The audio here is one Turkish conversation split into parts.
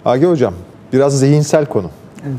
Agi Hocam, biraz zihinsel konu. Evet.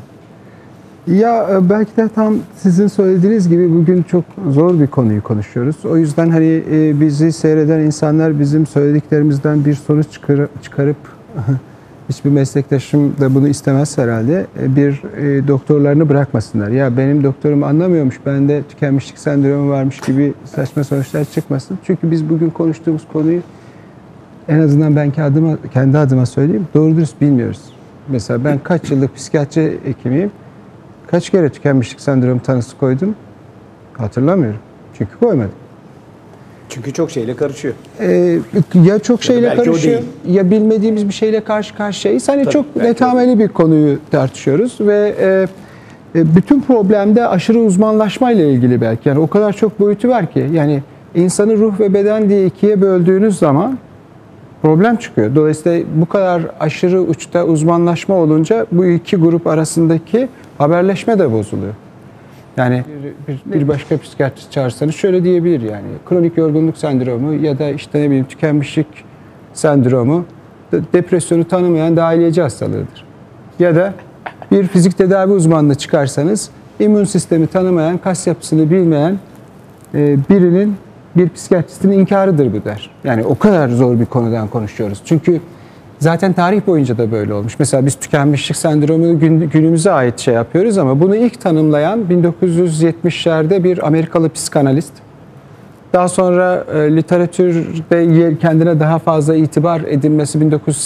Ya belki de tam sizin söylediğiniz gibi bugün çok zor bir konuyu konuşuyoruz. O yüzden hani bizi seyreden insanlar bizim söylediklerimizden bir sonuç çıkarıp hiçbir meslektaşım da bunu istemez herhalde. Bir doktorlarını bırakmasınlar. Ya benim doktorum anlamıyormuş, bende tükenmişlik sendromu varmış gibi saçma sonuçlar çıkmasın. Çünkü biz bugün konuştuğumuz konuyu en azından ben kendi adıma söyleyeyim, doğru dürüst bilmiyoruz. Mesela ben kaç yıllık psikiyatri hekimiyim. Kaç kere tükenmişlik sendromu tanısı koydum? Hatırlamıyorum. Çünkü koymadım. Çünkü çok şeyle karışıyor. Ya çok şeyle karışıyor, ya bilmediğimiz bir şeyle karşı karşıyayız. Hani çok netameli bir konuyu tartışıyoruz ve bütün problemde aşırı uzmanlaşma ile ilgili belki. Yani o kadar çok boyutu var ki. Yani insanı ruh ve beden diye ikiye böldüğünüz zaman problem çıkıyor. Dolayısıyla bu kadar aşırı uçta uzmanlaşma olunca bu iki grup arasındaki haberleşme de bozuluyor. Yani bir başka psikiyatrist çağırsanız şöyle diyebilir yani. Kronik yorgunluk sendromu ya da işte ne bileyim tükenmişlik sendromu depresyonu tanımayan dahiliyeci hastalığıdır. Ya da bir fizik tedavi uzmanını çıkarsanız immün sistemi tanımayan, kas yapısını bilmeyen birinin, bir psikiyatristin inkarıdır bu der. Yani o kadar zor bir konudan konuşuyoruz. Çünkü zaten tarih boyunca da böyle olmuş. Mesela biz tükenmişlik sendromunu günümüze ait şey yapıyoruz ama bunu ilk tanımlayan 1970'lerde bir Amerikalı psikanalist. Daha sonra literatürde kendine daha fazla itibar edilmesi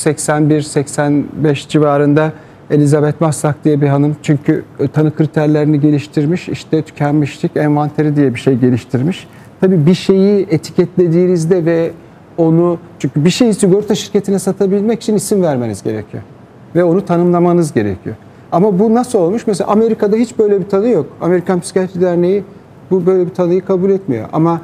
1981-85 civarında Elizabeth Maslach diye bir hanım. Çünkü tanı kriterlerini geliştirmiş. İşte tükenmişlik envanteri diye bir şey geliştirmiş. Tabii bir şeyi etiketlediğinizde ve onu, çünkü bir şeyi sigorta şirketine satabilmek için isim vermeniz gerekiyor. Ve onu tanımlamanız gerekiyor. Ama bu nasıl olmuş? Mesela Amerika'da hiç böyle bir tanı yok. Amerikan Psikiyatri Derneği böyle bir tanıyı kabul etmiyor. Ama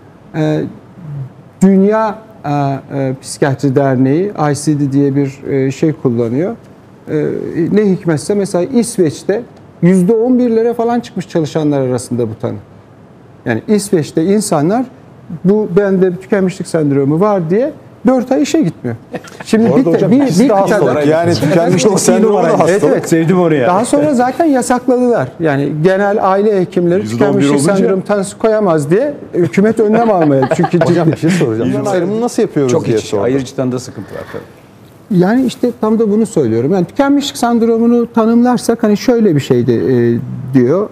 Dünya Psikiyatri Derneği, ICD diye bir şey kullanıyor. Ne hikmetse mesela İsveç'te %11'lere falan çıkmış çalışanlar arasında bu tanı. Yani İsveç'te insanlar bu bende tükenmişlik sendromu var diye 4 ay işe gitmiyor. Şimdi bir kıtada yani tükenmişlik sendromu da hastalık. Evet, sevdim oraya. Daha sonra zaten yasakladılar. Yani genel aile hekimleri tükenmişlik sendromu tanısı koyamaz diye hükümet önlem almaya. Çünkü hocam bir şey soracağım. Bunun ayrımını nasıl yapıyoruz çok diye sordum. Ayırıcıdan da sıkıntı var tabii. Yani işte tam da bunu söylüyorum. Yani tükenmişlik sendromunu tanımlarsak hani şöyle bir şey de diyor.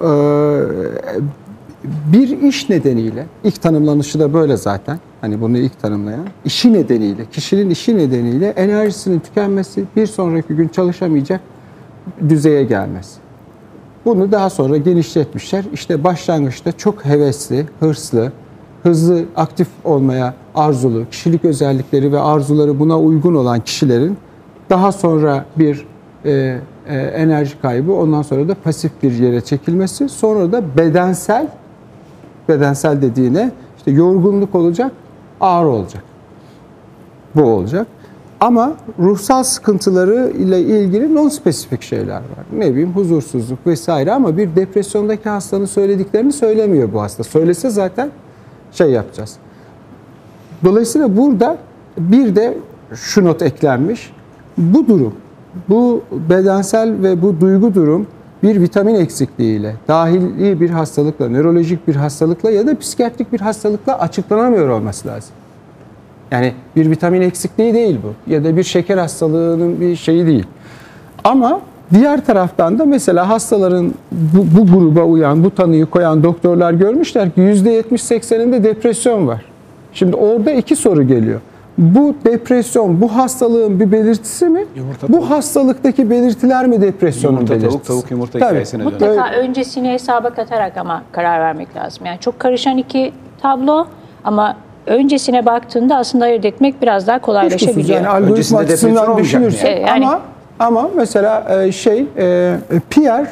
Bir iş nedeniyle, ilk tanımlanışı da böyle zaten, hani bunu ilk tanımlayan, işi nedeniyle, kişinin işi nedeniyle enerjisinin tükenmesi, bir sonraki gün çalışamayacak düzeye gelmesi. Bunu daha sonra genişletmişler. İşte başlangıçta çok hevesli, hırslı, hızlı, aktif olmaya arzulu, kişilik özellikleri ve arzuları buna uygun olan kişilerin daha sonra bir enerji kaybı, ondan sonra da pasif bir yere çekilmesi, sonra da bedensel dediğine işte yorgunluk olacak, ağrı olacak. Bu olacak. Ama ruhsal sıkıntıları ile ilgili non-spesifik şeyler var. Ne bileyim huzursuzluk vesaire, ama bir depresyondaki hastanın söylediklerini söylemiyor bu hasta. Söylese zaten şey yapacağız. Dolayısıyla burada bir de şu not eklenmiş. Bu durum, bu bedensel ve bu duygu durum bir vitamin eksikliğiyle, dahili bir hastalıkla, nörolojik bir hastalıkla ya da psikiyatrik bir hastalıkla açıklanamıyor olması lazım. Yani bir vitamin eksikliği değil bu. Ya da bir şeker hastalığının bir şeyi değil. Ama diğer taraftan da mesela hastaların bu gruba uyan, bu tanıyı koyan doktorlar görmüşler ki %70-80'inde depresyon var. Şimdi orada iki soru geliyor. Bu depresyon, bu hastalığın bir belirtisi mi? Bu hastalıktaki belirtiler mi depresyonun belirtisi? Tavuk yumurta hikayesine dönüyor. Mutlaka öncesini hesaba katarak ama karar vermek lazım. Yani çok karışan iki tablo ama öncesine baktığında aslında ayırt etmek biraz daha kolaylaşabiliyor. Yani algoritma açısından düşünürsek yani, ama mesela Pierre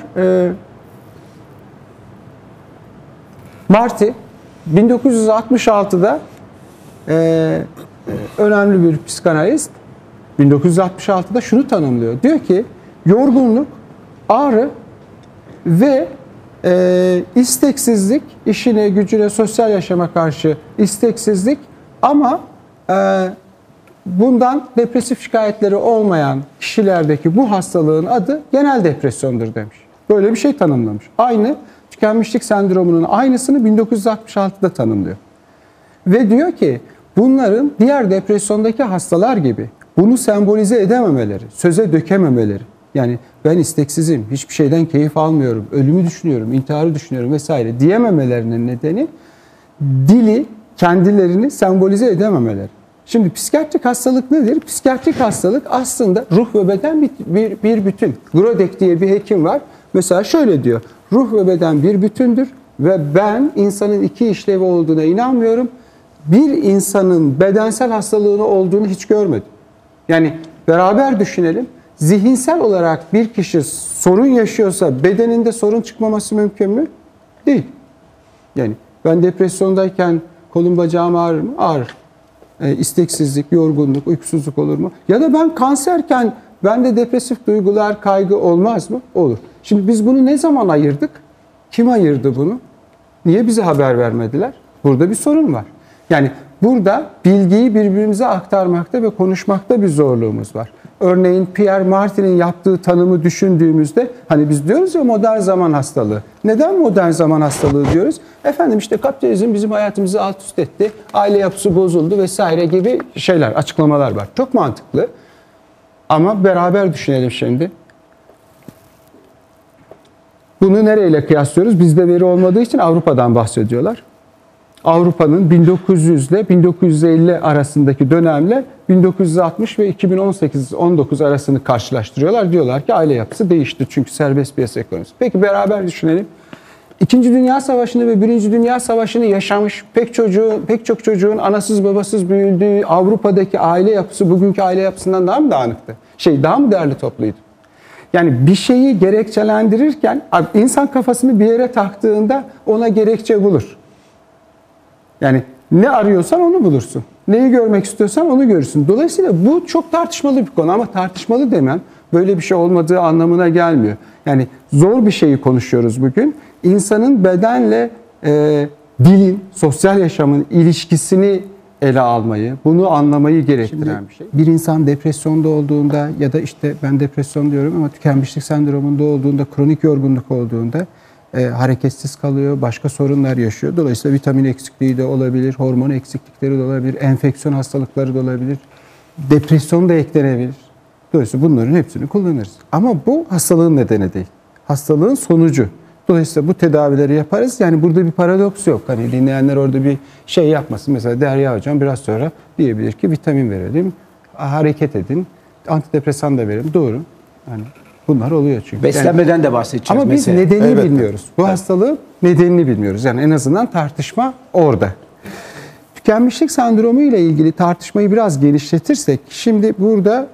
Marty 1966'da önemli bir psikanalist 1966'da şunu tanımlıyor. Diyor ki yorgunluk, ağrı ve isteksizlik, işine, gücüne, sosyal yaşama karşı isteksizlik ama bundan depresif şikayetleri olmayan kişilerdeki bu hastalığın adı genel depresyondur demiş. Böyle bir şey tanımlamış. Aynı tükenmişlik sendromunun aynısını 1966'da tanımlıyor. Ve diyor ki bunların diğer depresyondaki hastalar gibi bunu sembolize edememeleri, söze dökememeleri, yani ben isteksizim, hiçbir şeyden keyif almıyorum, ölümü düşünüyorum, intiharı düşünüyorum vesaire diyememelerinin nedeni dili kendilerini sembolize edememeleri. Şimdi psikiyatrik hastalık nedir? Psikiyatrik hastalık aslında ruh ve beden bir bütün. Grodek diye bir hekim var. Mesela şöyle diyor, ruh ve beden bir bütündür ve ben insanın iki işlevi olduğuna inanmıyorum. Bir insanın bedensel hastalığını olduğunu hiç görmedim. Yani beraber düşünelim. Zihinsel olarak bir kişi sorun yaşıyorsa bedeninde sorun çıkmaması mümkün mü? Değil. Yani ben depresyondayken kolum bacağım ağrır mı? Ağrır. İsteksizlik, yorgunluk, uykusuzluk olur mu? Ya da ben kanserken bende depresif duygular, kaygı olmaz mı? Olur. Şimdi biz bunu ne zaman ayırdık? Kim ayırdı bunu? Niye bize haber vermediler? Burada bir sorun var. Yani burada bilgiyi birbirimize aktarmakta ve konuşmakta bir zorluğumuz var. Örneğin Pierre Martin'in yaptığı tanımı düşündüğümüzde hani biz diyoruz ya modern zaman hastalığı. Neden modern zaman hastalığı diyoruz? Efendim işte kapitalizm bizim hayatımızı alt üst etti, aile yapısı bozuldu vesaire gibi şeyler, açıklamalar var. Çok mantıklı. Ama beraber düşünelim şimdi. Bunu nereyle kıyaslıyoruz? Bizde veri olmadığı için Avrupa'dan bahsediyorlar. Avrupa'nın 1900 ile 1950 arasındaki dönemle 1960 ve 2018-19 arasını karşılaştırıyorlar. Diyorlar ki aile yapısı değişti çünkü serbest piyasa ekonomisi. Peki beraber düşünelim. İkinci Dünya Savaşı'nı ve Birinci Dünya Savaşı'nı yaşamış pek çok çocuğun anasız babasız büyüdüğü Avrupa'daki aile yapısı bugünkü aile yapısından daha mı dağınıktı? Daha mı değerli topluydu? Yani bir şeyi gerekçelendirirken insan kafasını bir yere taktığında ona gerekçe bulur. Yani ne arıyorsan onu bulursun. Neyi görmek istiyorsan onu görürsün. Dolayısıyla bu çok tartışmalı bir konu ama tartışmalı demem böyle bir şey olmadığı anlamına gelmiyor. Yani zor bir şeyi konuşuyoruz bugün. İnsanın bedenle dilin, sosyal yaşamın ilişkisini ele almayı, bunu anlamayı gerektiren bir şey. Bir insan depresyonda olduğunda ya da işte ben depresyon diyorum ama tükenmişlik sendromunda olduğunda, kronik yorgunluk olduğunda hareketsiz kalıyor, başka sorunlar yaşıyor. Dolayısıyla vitamin eksikliği de olabilir, hormon eksiklikleri de olabilir, enfeksiyon hastalıkları da olabilir, depresyon da eklenebilir. Dolayısıyla bunların hepsini kullanırız. Ama bu hastalığın nedeni değil, hastalığın sonucu. Dolayısıyla bu tedavileri yaparız. Yani burada bir paradoks yok. Hani dinleyenler orada bir şey yapmasın. Mesela Derya Hocam biraz sonra diyebilir ki vitamin verelim, hareket edin, antidepresan da verelim. Doğru. Yani bunlar oluyor çünkü. Beslenmeden de bahsedeceğiz. Ama biz nedenini bilmiyoruz. Bu hastalığın nedenini bilmiyoruz. Yani en azından tartışma orada. Tükenmişlik sendromu ile ilgili tartışmayı biraz genişletirsek, şimdi burada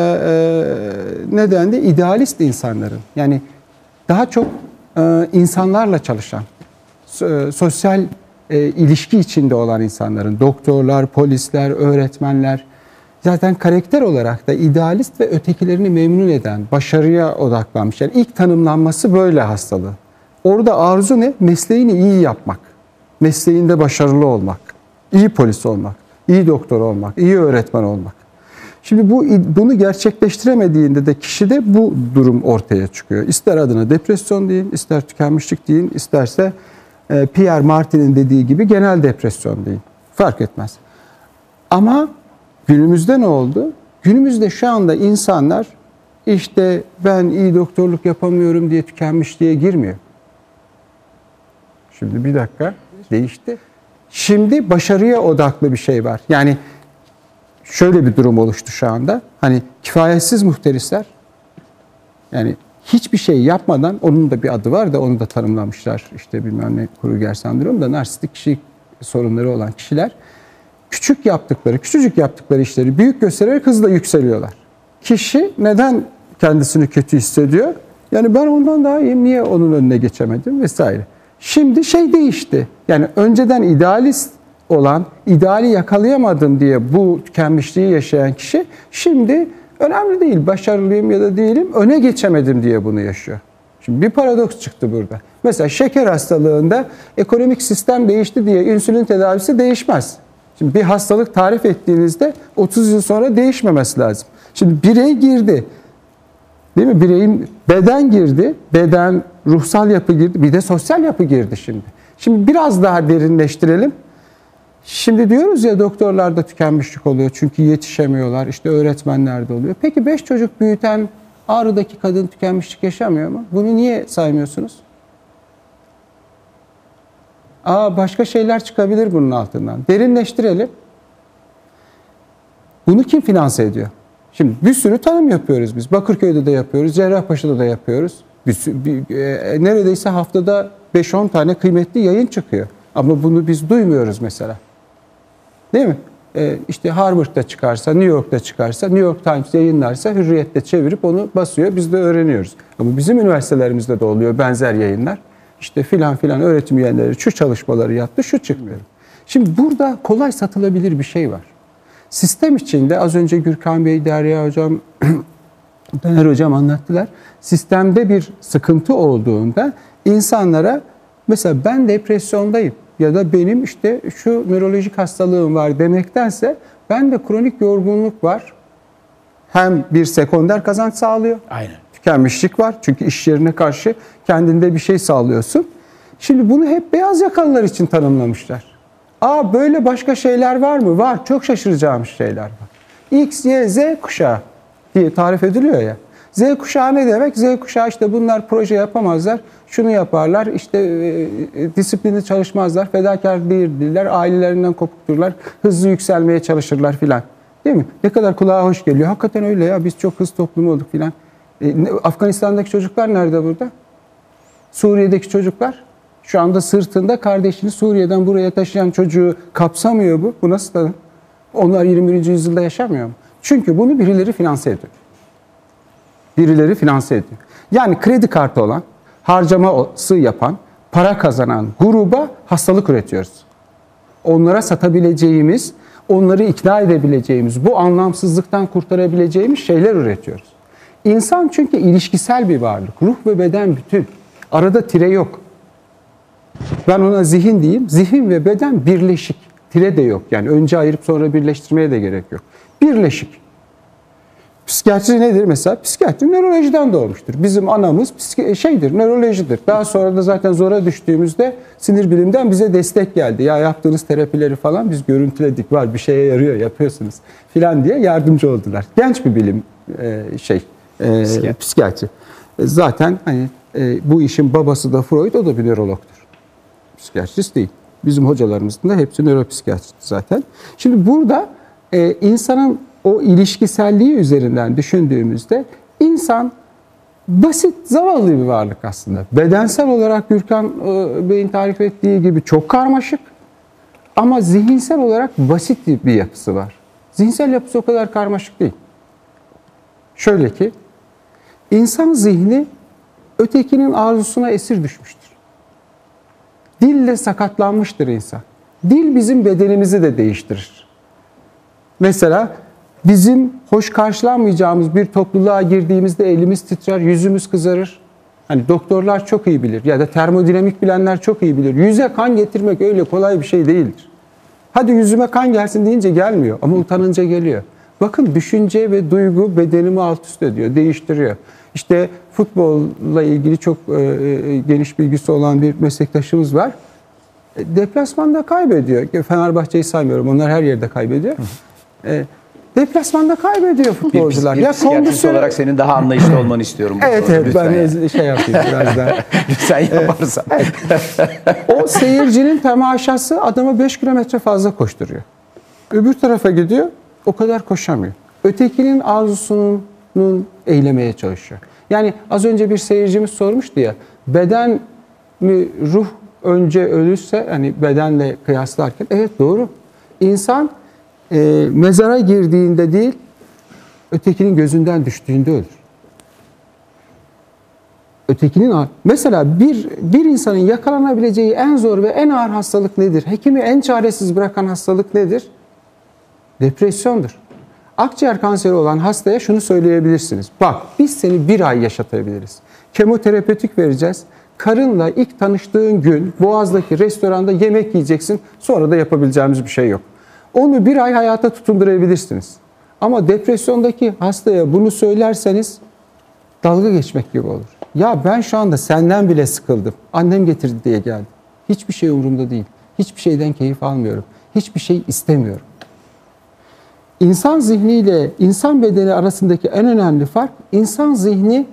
neden de idealist insanların, yani daha çok insanlarla çalışan, sosyal ilişki içinde olan insanların, doktorlar, polisler, öğretmenler, zaten karakter olarak da idealist ve ötekilerini memnun eden, başarıya odaklanmış. Yani ilk tanımlanması böyle hastalığı. Orada arzu ne? Mesleğini iyi yapmak, mesleğinde başarılı olmak, iyi polis olmak, iyi doktor olmak, iyi öğretmen olmak. Şimdi bunu gerçekleştiremediğinde de kişide bu durum ortaya çıkıyor. İster adına depresyon deyin, ister tükenmişlik deyin, isterse Pierre Martin'in dediği gibi genel depresyon deyin. Fark etmez. Ama günümüzde ne oldu? Günümüzde şu anda insanlar işte ben iyi doktorluk yapamıyorum diye tükenmişliğe girmiyor. Şimdi bir dakika değişti. Şimdi başarıya odaklı bir şey var. Yani şöyle bir durum oluştu şu anda. Hani kifayetsiz muhterisler, yani hiçbir şey yapmadan, onun da bir adı var da onu da tanımlamışlar. İşte bilmem ne Kruger sendromu da narsistik kişilik sorunları olan kişiler küçücük yaptıkları işleri büyük göstererek hızla yükseliyorlar. Kişi neden kendisini kötü hissediyor? Yani ben ondan daha iyiyim, niye onun önüne geçemedim vesaire. Şimdi şey değişti. Yani önceden idealist olan, ideali yakalayamadım diye bu tükenmişliği yaşayan kişi şimdi önemli değil, başarılıyım ya da değilim, öne geçemedim diye bunu yaşıyor. Şimdi bir paradoks çıktı burada. Mesela şeker hastalığında ekonomik sistem değişti diye insülin tedavisi değişmez. Şimdi bir hastalık tarif ettiğinizde 30 yıl sonra değişmemesi lazım. Şimdi birey girdi. Değil mi? Bireyin beden girdi. Beden, ruhsal yapı girdi. Bir de sosyal yapı girdi şimdi. Şimdi biraz daha derinleştirelim. Şimdi diyoruz ya doktorlarda tükenmişlik oluyor. Çünkü yetişemiyorlar. İşte öğretmenlerde oluyor. Peki 5 çocuk büyüten Ağrı'daki kadın tükenmişlik yaşamıyor mu? Bunu niye saymıyorsunuz? Başka şeyler çıkabilir bunun altından. Derinleştirelim. Bunu kim finanse ediyor? Şimdi bir sürü tanım yapıyoruz biz. Bakırköy'de de yapıyoruz, Cerrahpaşa'da da yapıyoruz. Neredeyse haftada 5-10 tane kıymetli yayın çıkıyor. Ama bunu biz duymuyoruz mesela. Değil mi? İşte Harvard'da çıkarsa, New York'ta çıkarsa, New York Times yayınlarsa Hürriyet'te çevirip onu basıyor. Biz de öğreniyoruz. Ama bizim üniversitelerimizde de oluyor benzer yayınlar. İşte filan filan öğretim üyeleri şu çalışmaları yaptı, şu çıktı. Şimdi burada kolay satılabilir bir şey var. Sistem içinde az önce Gürkan Bey, Derya Hocam, Taner Hocam anlattılar. Sistemde bir sıkıntı olduğunda insanlara mesela ben depresyondayım ya da benim işte şu nörolojik hastalığım var demektense ben de kronik yorgunluk var. Hem bir sekonder kazanç sağlıyor. Aynen. Tükenmişlik var. Çünkü iş yerine karşı kendinde bir şey sağlıyorsun. Şimdi bunu hep beyaz yakalılar için tanımlamışlar. Böyle başka şeyler var mı? Var. Çok şaşıracağımız şeyler var. X, Y, Z kuşağı diye tarif ediliyor ya. Z kuşağı ne demek? Z kuşağı işte bunlar proje yapamazlar. Şunu yaparlar. İşte disiplinli çalışmazlar. Fedakar değildirler. Ailelerinden kopukturlar. Hızlı yükselmeye çalışırlar filan. Değil mi? Ne kadar kulağa hoş geliyor. Hakikaten öyle ya. Biz çok hız toplumu olduk filan. Afganistan'daki çocuklar nerede burada? Suriye'deki çocuklar? Şu anda sırtında kardeşini Suriye'den buraya taşıyan çocuğu kapsamıyor bu. Bu nasıl tanım? Onlar 21. yüzyılda yaşamıyor mu? Çünkü bunu birileri finanse ediyor. Birileri finanse ediyor. Yani kredi kartı olan, harcaması yapan, para kazanan gruba hastalık üretiyoruz. Onlara satabileceğimiz, onları ikna edebileceğimiz, bu anlamsızlıktan kurtarabileceğimiz şeyler üretiyoruz. İnsan çünkü ilişkisel bir varlık. Ruh ve beden bütün. Arada tire yok. Ben ona zihin diyeyim. Zihin ve beden birleşik. Tire de yok. Yani önce ayırıp sonra birleştirmeye de gerek yok. Birleşik. Psikiyatri nedir mesela? Psikiyatri nörolojiden doğmuştur. Bizim anamız nörolojidir. Daha sonra da zaten zora düştüğümüzde sinir bilimden bize destek geldi. Ya yaptığınız terapileri falan biz görüntüledik. Var bir şeye yarıyor, yapıyorsunuz filan diye yardımcı oldular. Genç bir bilim psikiyatri. Zaten hani bu işin babası da Freud, o da bir nörologtur. Psikiyatrist değil. Bizim hocalarımızın da hepsi nöropsikiyatrist zaten. Şimdi burada insanın o ilişkiselliği üzerinden düşündüğümüzde insan basit, zavallı bir varlık aslında. Bedensel olarak Gürkan Bey'in tarif ettiği gibi çok karmaşık ama zihinsel olarak basit bir yapısı var. Zihinsel yapısı o kadar karmaşık değil. Şöyle ki, insan zihni ötekinin arzusuna esir düşmüştür. Dille sakatlanmıştır insan. Dil bizim bedenimizi de değiştirir. Mesela bizim hoş karşılanmayacağımız bir topluluğa girdiğimizde elimiz titrer, yüzümüz kızarır. Hani doktorlar çok iyi bilir ya da termodinamik bilenler çok iyi bilir. Yüze kan getirmek öyle kolay bir şey değildir. Hadi yüzüme kan gelsin deyince gelmiyor ama utanınca geliyor. Bakın düşünce ve duygu bedenimi alt üst ediyor, değiştiriyor. İşte futbolla ilgili çok geniş bilgisi olan bir meslektaşımız var. Deplasmanda kaybediyor. Fenerbahçe'yi saymıyorum, onlar her yerde kaybediyor. Deplasmanda kaybediyor futbolcular. Bir psikiyatrist olarak senin daha anlayışlı olmanı istiyorum. Evet, ben yapayım biraz daha. Lütfen yaparsan. Evet. O seyircinin temaşası adama 5 kilometre fazla koşturuyor. Öbür tarafa gidiyor, o kadar koşamıyor. Ötekinin arzusunun eylemeye çalışıyor. Yani az önce bir seyircimiz sormuştu ya, beden mi ruh önce ölürse, hani bedenle kıyaslarken, evet doğru. İnsan mezara girdiğinde değil, ötekinin gözünden düştüğünde ölür. Mesela bir insanın yakalanabileceği en zor ve en ağır hastalık nedir? Hekimi en çaresiz bırakan hastalık nedir? Depresyondur. Akciğer kanseri olan hastaya şunu söyleyebilirsiniz. Bak, biz seni 1 ay yaşatabiliriz. Kemoterapötik vereceğiz. Karınla ilk tanıştığın gün Boğaz'daki restoranda yemek yiyeceksin. Sonra da yapabileceğimiz bir şey yok. Onu bir ay hayata tutundurabilirsiniz. Ama depresyondaki hastaya bunu söylerseniz dalga geçmek gibi olur. Ya ben şu anda senden bile sıkıldım. Annem getirdi diye geldim. Hiçbir şey umurumda değil. Hiçbir şeyden keyif almıyorum. Hiçbir şey istemiyorum. İnsan zihniyle insan bedeni arasındaki en önemli fark, insan zihni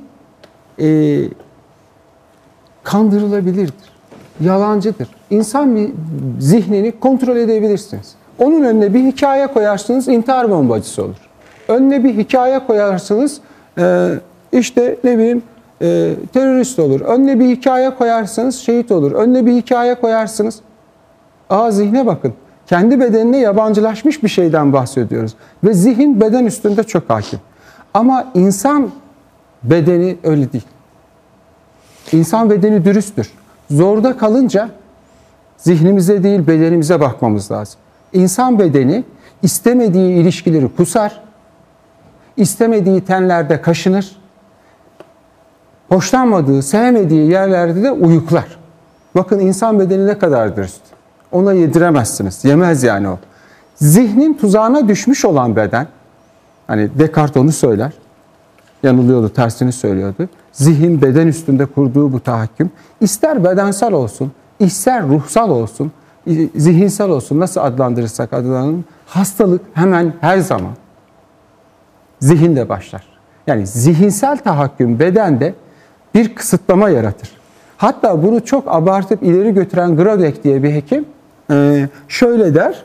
kandırılabilirdir. Yalancıdır. İnsan zihnini kontrol edebilirsiniz. Onun önüne bir hikaye koyarsınız, intihar bombacısı olur. Önüne bir hikaye koyarsınız, işte ne bileyim terörist olur. Önüne bir hikaye koyarsınız, şehit olur. Önüne bir hikaye koyarsınız. Zihne bakın. Kendi bedenine yabancılaşmış bir şeyden bahsediyoruz. Ve zihin beden üstünde çok hakim. Ama insan bedeni öyle değil. İnsan bedeni dürüsttür. Zorda kalınca zihnimize değil bedenimize bakmamız lazım. İnsan bedeni istemediği ilişkileri kusar, istemediği tenlerde kaşınır, hoşlanmadığı, sevmediği yerlerde de uyuklar. Bakın insan bedeni ne kadar dürüst. Ona yediremezsiniz. Yemez yani o. Zihnin tuzağına düşmüş olan beden, hani Descartes onu söyler, yanılıyordu, tersini söylüyordu. Zihin beden üstünde kurduğu bu tahakküm, ister bedensel olsun, ister ruhsal olsun, zihinsel olsun, nasıl adlandırırsak adlandıralım, hastalık hemen her zaman zihinde başlar. Yani zihinsel tahakküm bedende bir kısıtlama yaratır. Hatta bunu çok abartıp ileri götüren Grodek diye bir hekim şöyle der,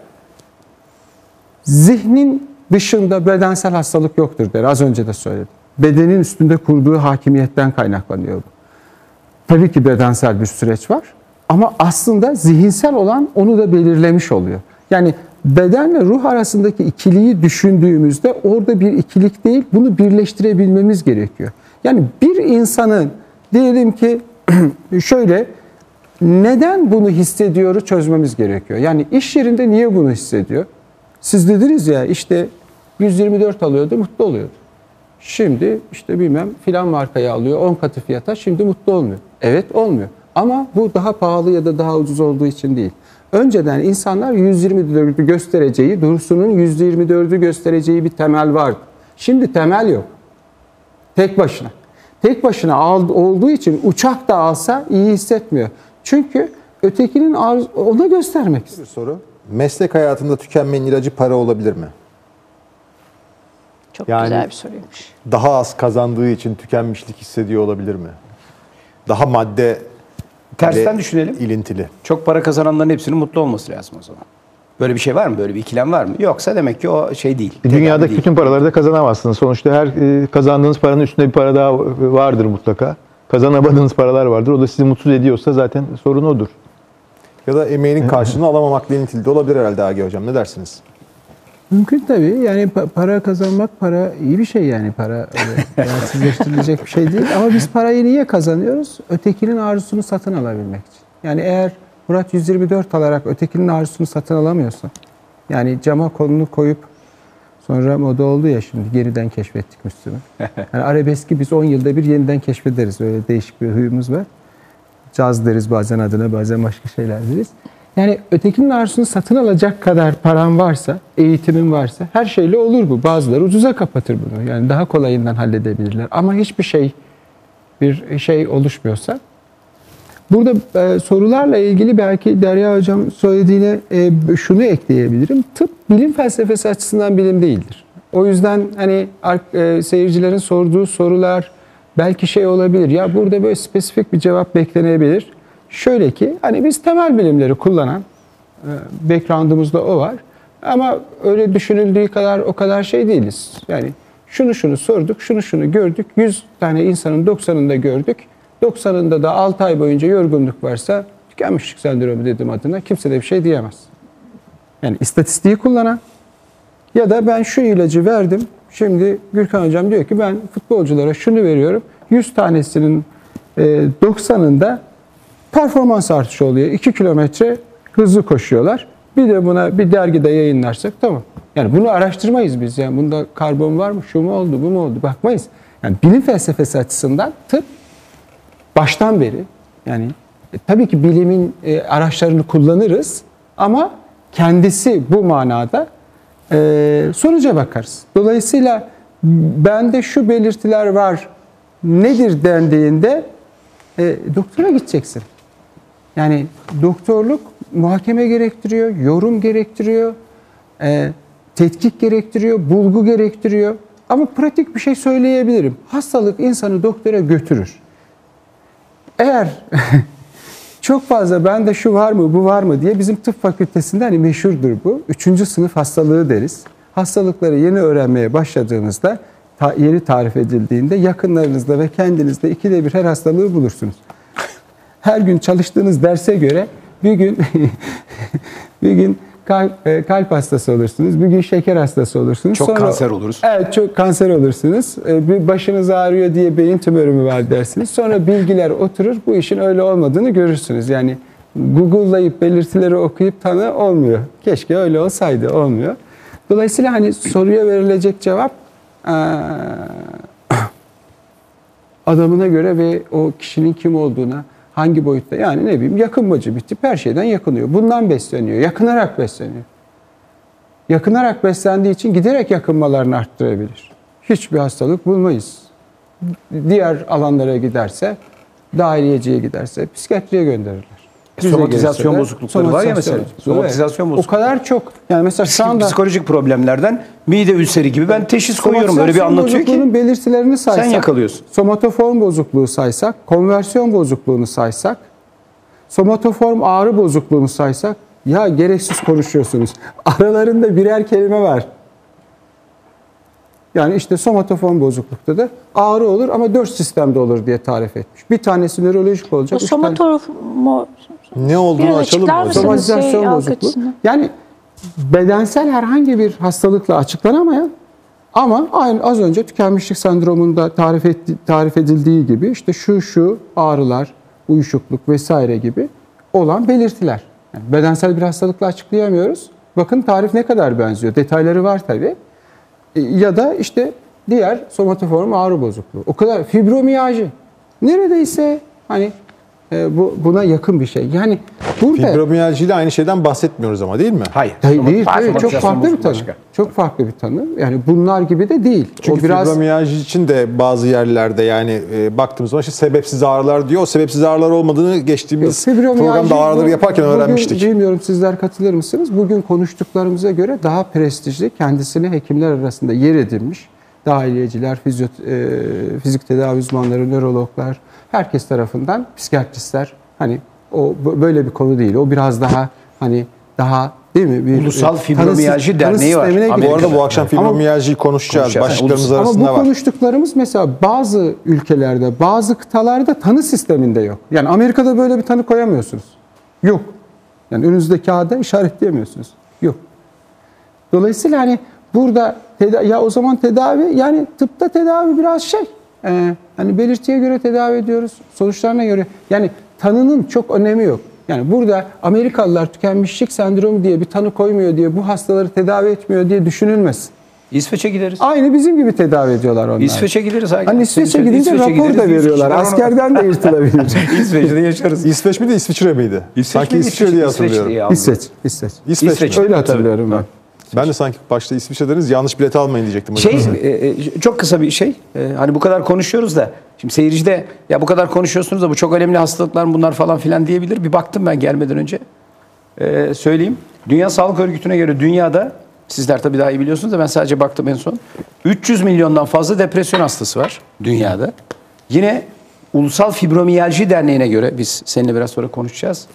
zihnin dışında bedensel hastalık yoktur der. Az önce de söyledim. Bedenin üstünde kurduğu hakimiyetten kaynaklanıyor bu. Tabii ki bedensel bir süreç var ama aslında zihinsel olan onu da belirlemiş oluyor. Yani beden ve ruh arasındaki ikiliyi düşündüğümüzde orada bir ikilik değil, bunu birleştirebilmemiz gerekiyor. Yani bir insanın diyelim ki şöyle, neden bunu hissediyoru çözmemiz gerekiyor. Yani iş yerinde niye bunu hissediyor? Siz dediniz ya işte 124 alıyordu, mutlu oluyordu. Şimdi işte bilmem filan markayı alıyor 10 katı fiyata, şimdi mutlu olmuyor. Evet olmuyor ama bu daha pahalı ya da daha ucuz olduğu için değil. Önceden insanlar 124'ü göstereceği, Dursun'un 124'ü göstereceği bir temel vardı. Şimdi temel yok. Tek başına. Tek başına olduğu için uçak da alsa iyi hissetmiyor. Çünkü ötekinin ona göstermek istiyor. Bir soru. Meslek hayatında tükenmenin ilacı para olabilir mi? Çok Yani güzel bir soruymuş. daha az kazandığı için tükenmişlik hissediyor olabilir mi? Daha madde Tersten düşünelim. ilintili. Çok para kazananların hepsinin mutlu olması lazım o zaman. Böyle bir şey var mı? Böyle bir ikilem var mı? Yoksa demek ki o şey değil. Dünyadaki değil. bütün paraları da kazanamazsınız. Sonuçta her kazandığınız paranın üstünde bir para daha vardır mutlaka. Kazanamadığınız paralar vardır. O da sizi mutsuz ediyorsa zaten sorun odur. Ya da emeğinin karşılığını alamamakla ilintili de olabilir herhalde Agi Hocam. Ne dersiniz? Mümkün tabii. Yani para kazanmak, para iyi bir şey yani. Para değersizleştirilecek bir şey değil. Ama biz parayı niye kazanıyoruz? Ötekinin arzusunu satın alabilmek için. Yani eğer Murat 124 alarak ötekinin arzusunu satın alamıyorsa, yani cama kolunu koyup sonra moda oldu ya şimdi geriden keşfettik Müslüm'ü. Yani arabeski biz 10 yılda bir yeniden keşfederiz. Öyle değişik bir huyumuz var. Caz deriz bazen adına, bazen başka şeyler deriz. Yani ötekinin arzusunu satın alacak kadar paran varsa, eğitimin varsa her şeyle olur bu. Bazıları ucuza kapatır bunu. Yani daha kolayından halledebilirler. Ama hiçbir şey oluşmuyorsa. Burada sorularla ilgili belki Derya Hocam söylediğine şunu ekleyebilirim. Tıp bilim felsefesi açısından bilim değildir. O yüzden hani seyircilerin sorduğu sorular belki şey olabilir. Ya burada böyle spesifik bir cevap beklenebilir. Şöyle ki hani biz temel bilimleri kullanan background'umuzda o var. Ama öyle düşünüldüğü kadar o kadar şey değiliz. Yani şunu sorduk, şunu gördük. 100 tane insanın 90'ında gördük. 90'ında da 6 ay boyunca yorgunluk varsa tükenmişlik sendromu dedim adına. Kimse de bir şey diyemez. Yani istatistiği kullanan ya da ben şu ilacı verdim. Şimdi Gürkan Hocam diyor ki ben futbolculara şunu veriyorum. 100 tanesinin 90'ında performans artışı oluyor. 2 kilometre hızlı koşuyorlar. Bir de buna bir dergide yayınlarsak tamam. Yani bunu araştırmayız biz. Yani bunda karbon var mı? Şu mu oldu? Bu mu oldu? Bakmayız. Yani bilim felsefesi açısından tıp baştan beri yani tabii ki bilimin araçlarını kullanırız ama kendisi bu manada sonuca bakarız. Dolayısıyla bende şu belirtiler var nedir dendiğinde doktora gideceksin. Yani doktorluk muhakeme gerektiriyor, yorum gerektiriyor, tetkik gerektiriyor, bulgu gerektiriyor. Ama pratik bir şey söyleyebilirim. Hastalık insanı doktora götürür. Eğer çok fazla bende şu var mı, bu var mı diye bizim tıp fakültesinde hani meşhurdur bu. 3. sınıf hastalığı deriz. Hastalıkları yeni öğrenmeye başladığınızda, yeni tarif edildiğinde yakınlarınızda ve kendinizde 2'de 1 her hastalığı bulursunuz. Her gün çalıştığınız derse göre bir gün kalp hastası olursunuz, bir gün şeker hastası olursunuz. Çok kanser oluruz. Evet, çok kanser olursunuz. Bir başınız ağrıyor diye beyin tümörü mü var dersiniz. Sonra bilgiler oturur, bu işin öyle olmadığını görürsünüz. Yani Google'layıp belirtileri okuyup tanı olmuyor. Keşke öyle olsaydı, olmuyor. Dolayısıyla hani soruya verilecek cevap adamına göre ve o kişinin kim olduğuna, hangi boyutta, yani ne bileyim yakınmacı bir tip her şeyden yakınıyor. Bundan besleniyor, yakınarak besleniyor. Yakınarak beslendiği için giderek yakınmalarını arttırabilir. Hiçbir hastalık bulmayız. Diğer alanlara giderse, dahiliyeciye giderse psikiyatriye gönderirler. Somatizasyon bozuklukları var ya mesela. Somatizasyon bozuklukları. O kadar çok. Yani mesela şu anda psikolojik problemlerden mide ülseri gibi ben teşhis koyuyorum. Öyle bir anlatıyor ki. Belirtilerini saysak, sen yakalıyorsun. Somatoform bozukluğu saysak, konversiyon bozukluğunu saysak, somatoform ağrı bozukluğunu saysak, ya gereksiz konuşuyorsunuz. Aralarında birer kelime var. Yani işte somatoform bozuklukta da ağrı olur ama 4 sistemde olur diye tarif etmiş. Bir tanesi nörolojik olacak. O somatoform ne olduğunu açalım mı? Somatizasyon bozukluğu. Yani bedensel herhangi bir hastalıkla açıklanamayan ama aynı az önce tükenmişlik sendromunda tarif edildiği gibi işte şu ağrılar, uyuşukluk vesaire gibi olan belirtiler. Yani bedensel bir hastalıkla açıklayamıyoruz. Bakın tarif ne kadar benziyor. Detayları var tabii. Ya da işte diğer somatoform ağrı bozukluğu. O kadar fibromiyalji. Neredeyse hani buna yakın bir şey. Yani burada Fibromiyalji ile aynı şeyden bahsetmiyoruz ama değil mi? Hayır. değil. Çok farklı bir tanı. Çok farklı bir tanı. Yani bunlar gibi de değil. Çünkü fibromiyalji için de bazı yerlerde yani baktığımız zaman işte sebepsiz ağrılar diyor. O sebepsiz ağrılar olmadığını geçtiğimiz programda ağrıları yaparken öğrenmiştik. Bilmiyorum sizler katılır mısınız? Bugün konuştuklarımıza göre daha prestijli, kendisine hekimler arasında yer edilmiş dahiliyeciler, fizik tedavi uzmanları, nörologlar, herkes tarafından, psikiyatristler, hani o böyle bir konu değil. O biraz daha hani daha değil mi? Bir Ulusal Fibromiyalji Derneği var. Bu arada bu akşam fibromiyaljiyi konuşacağız. Başlıklarımız arasında var. Ama bu konuştuklarımız mesela bazı ülkelerde, bazı kıtalarda tanı sisteminde yok. Yani Amerika'da böyle bir tanı koyamıyorsunuz. Yok. Yani önünüzde kağıda işaretleyemiyorsunuz. Yok. Dolayısıyla hani burada ya o zaman tedavi, yani tıpta tedavi biraz hani belirtiye göre tedavi ediyoruz, sonuçlarına göre. Yani tanının çok önemi yok. Yani burada Amerikalılar tükenmişlik sendromu diye bir tanı koymuyor diye bu hastaları tedavi etmiyor diye düşünülmez. İsveç'e gideriz. Aynı bizim gibi tedavi ediyorlar onlar. İsveç'e gideriz. Hani İsveç'e gidince rapor da veriyorlar. Askerden de yırtılabilir. İsveç'te yaşarız. İsveç miydi, İsviçre miydi? Sanki İsviçre diye hatırlıyorum. İsveç. Öyle hatırlıyorum ben. Ben de sanki başta İsviçre dediniz, yanlış bilet almayın diyecektim. Çok kısa bir şey. Hani bu kadar konuşuyoruz da şimdi seyirci de ya bu kadar konuşuyorsunuz da bu çok önemli hastalıklar bunlar falan filan diyebilir. Bir baktım ben gelmeden önce. Söyleyeyim. Dünya Sağlık Örgütü'ne göre dünyada, sizler tabii daha iyi biliyorsunuz da ben sadece baktım en son. 300 milyondan fazla depresyon hastası var dünyada. Yine Ulusal Fibromiyalji Derneği'ne göre, biz seninle biraz sonra konuşacağız.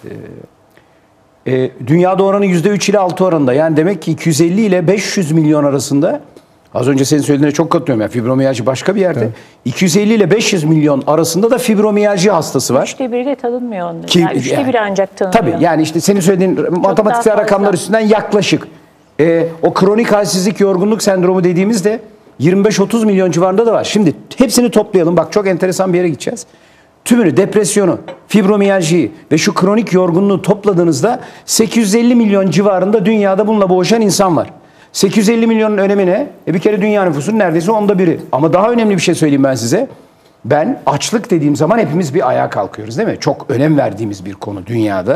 Dünyada oranı %3 ile 6 oranında. Yani demek ki 250 ile 500 milyon arasında, az önce senin söylediğine çok katılıyorum. Yani fibromiyalji başka bir yerde. Evet. 250 ile 500 milyon arasında da fibromiyalji hastası var. 3'te 1'i de tanınmıyor onların. Yani 3'te 1'i ancak tanınıyor. Tabii yani işte senin söylediğin matematiksel rakamlar üstünden yaklaşık. O kronik halsizlik, yorgunluk sendromu dediğimizde 25-30 milyon civarında da var. Şimdi hepsini toplayalım. Bak çok enteresan bir yere gideceğiz. Tümünü, depresyonu, fibromiyaljiyi ve şu kronik yorgunluğu topladığınızda 850 milyon civarında dünyada bununla boğuşan insan var. 850 milyonun önemi ne? Bir kere dünya nüfusunun neredeyse 1/10. Ama daha önemli bir şey söyleyeyim ben size. Ben açlık dediğim zaman hepimiz bir ayağa kalkıyoruz değil mi? Çok önem verdiğimiz bir konu dünyada.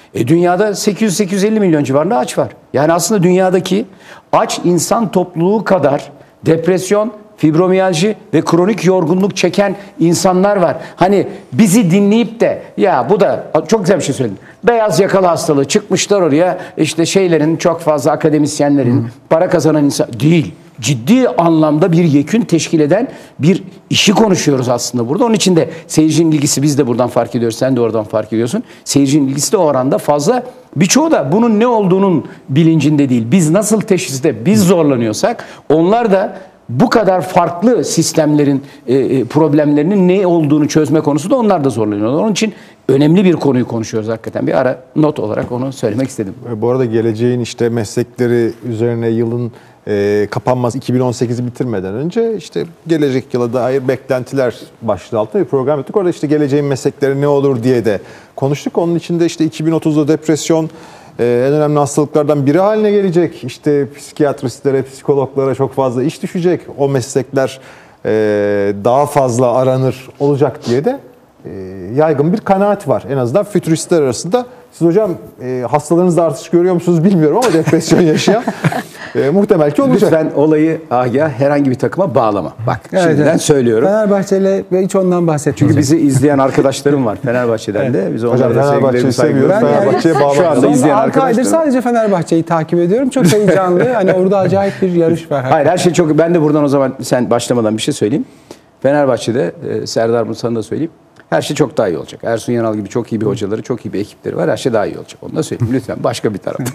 Dünyada 800-850 milyon civarında aç var. Yani aslında dünyadaki aç insan topluluğu kadar depresyon, fibromiyalji ve kronik yorgunluk çeken insanlar var. Hani bizi dinleyip de ya bu da çok güzel bir şey söyledin. Beyaz yakalı hastalığı çıkmışlar oraya, işte şeylerin, çok fazla akademisyenlerin, para kazanan insan değil. Ciddi anlamda bir yekün teşkil eden bir işi konuşuyoruz aslında burada. Onun için de seyircinin ilgisi, biz de buradan fark ediyoruz, sen de oradan fark ediyorsun. Seyircinin ilgisi de o oranda fazla. Birçoğu da bunun ne olduğunun bilincinde değil. Biz nasıl teşhiste biz zorlanıyorsak onlar da bu kadar farklı sistemlerin problemlerinin ne olduğunu çözme konusunda onlar da zorlanıyorlar. Onun için önemli bir konuyu konuşuyoruz hakikaten. Bir ara not olarak onu söylemek istedim. Bu arada geleceğin işte meslekleri üzerine yılın kapanmaz 2018'i bitirmeden önce işte gelecek yıla dair beklentiler başlığı altında bir program yaptık. Orada işte geleceğin meslekleri ne olur diye de konuştuk. Onun içinde işte 2030'da depresyon en önemli hastalıklardan biri haline gelecek. İşte psikiyatristlere, psikologlara çok fazla iş düşecek. O meslekler daha fazla aranır olacak diye de yaygın bir kanaat var. En azından fütüristler arasında. Siz hocam hastalarınızda artış görüyor musunuz bilmiyorum ama depresyon yaşayan muhtemel ki olacak. Lütfen olayı Agah herhangi bir takıma bağlama. Bak şimdiden söylüyorum. Fenerbahçe'yle hiç ondan bahsetmeyeceğim. Çünkü bizi izleyen arkadaşlarım var Fenerbahçe'den de. Biz Hocam onlara Fenerbahçe'yi seviyoruz. Fenerbahçe'ye Şu anda bağlanıyoruz. izleyen 6 aydır arkadaşlarım. sadece Fenerbahçe'yi takip ediyorum. Çok heyecanlı. Hani orada acayip bir yarış var. Hayır, her şey çok... Ben de buradan o zaman sen başlamadan bir şey söyleyeyim. Fenerbahçe'de Serdar Musa'nı da söyleyeyim. Her şey çok daha iyi olacak. Ersun Yanal gibi çok iyi bir hocaları, çok iyi bir ekipleri var. Her şey daha iyi olacak. Onu da söyleyeyim. Lütfen başka bir taraf.